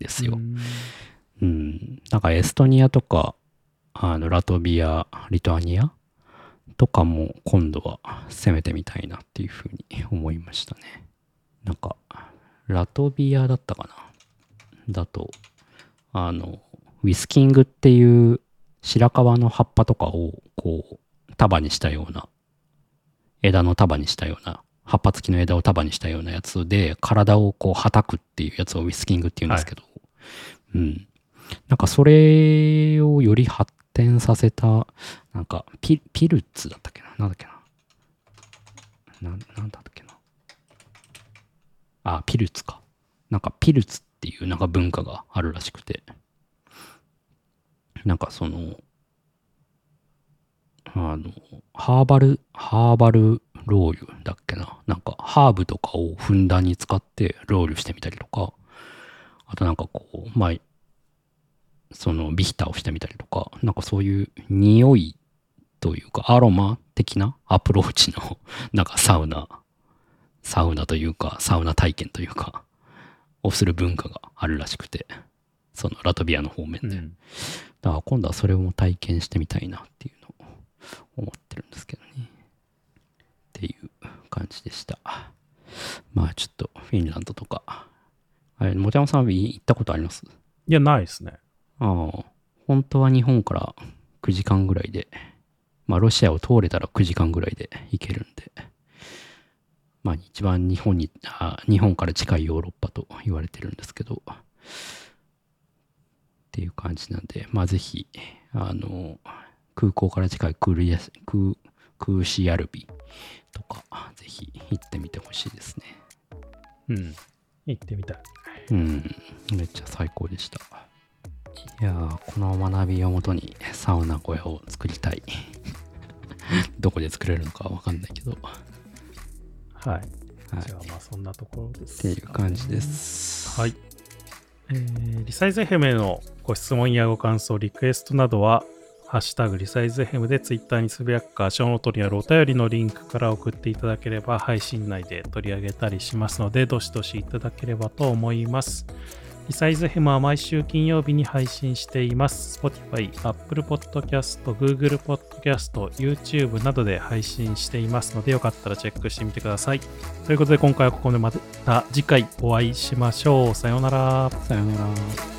ですよ。なんかエストニアとか、ラトビア、リトアニアとかも今度は攻めてみたいなっていうふうに思いましたね。なんか、ラトビアだったかなだと、ウィスキングっていう白樺の葉っぱとかをこう束にしたような、枝の束にしたような、葉っぱ付きの枝を束にしたようなやつで体をこうはたくっていうやつをウィスキングっていうんですけど、なんかそれをより発展させた、なんかピルツだったっけな、なんだっけな、なんだったっけな、ピルツか、なんかピルツっていうなんか文化があるらしくて、なんかそのハーバルロウリュだっけな、なんかハーブとかをふんだんに使ってロウリュしてみたりとか、あとなんかこうそのビヒタをしてみたりとか、なんかそういう匂いというかアロマ的なアプローチのなんかサウナというかサウナ体験というかをする文化があるらしくて、そのラトビアの方面で、だから今度はそれを体験してみたいなっていうのを思ってるんですけどねっていう感じでした。まあちょっとフィンランドとか、もちゃまさんは行ったことあります？ いや、ないですね。 本当は日本から9時間ぐらいで、まあロシアを通れたら9時間ぐらいで行けるんで、まあ一番日本から近いヨーロッパと言われてるんですけど、っていう感じなんで、まあぜひ、空港から近いクーシヤルビとか、ぜひ行ってみてほしいですね。 行ってみたい。 めっちゃ最高でした。いやー、この学びをもとにサウナ小屋を作りたい。どこで作れるのかわかんないけど。 はい。じゃあまあそんなところです、 っていう感じです。 はい。リサイズ FM へのご質問やご感想、リクエストなどは、ハッシュタグリサイズ FM でツイッターにつぶやくか、ショーノートにあるお便りのリンクから送っていただければ、配信内で取り上げたりしますので、どしどしいただければと思います。リサイズ FM は毎週金曜日に配信しています。Spotify、Apple Podcast、Google Podcast、YouTube などで配信していますので、よかったらチェックしてみてください。ということで、今回はここでまた次回お会いしましょう。さようなら。 さようなら。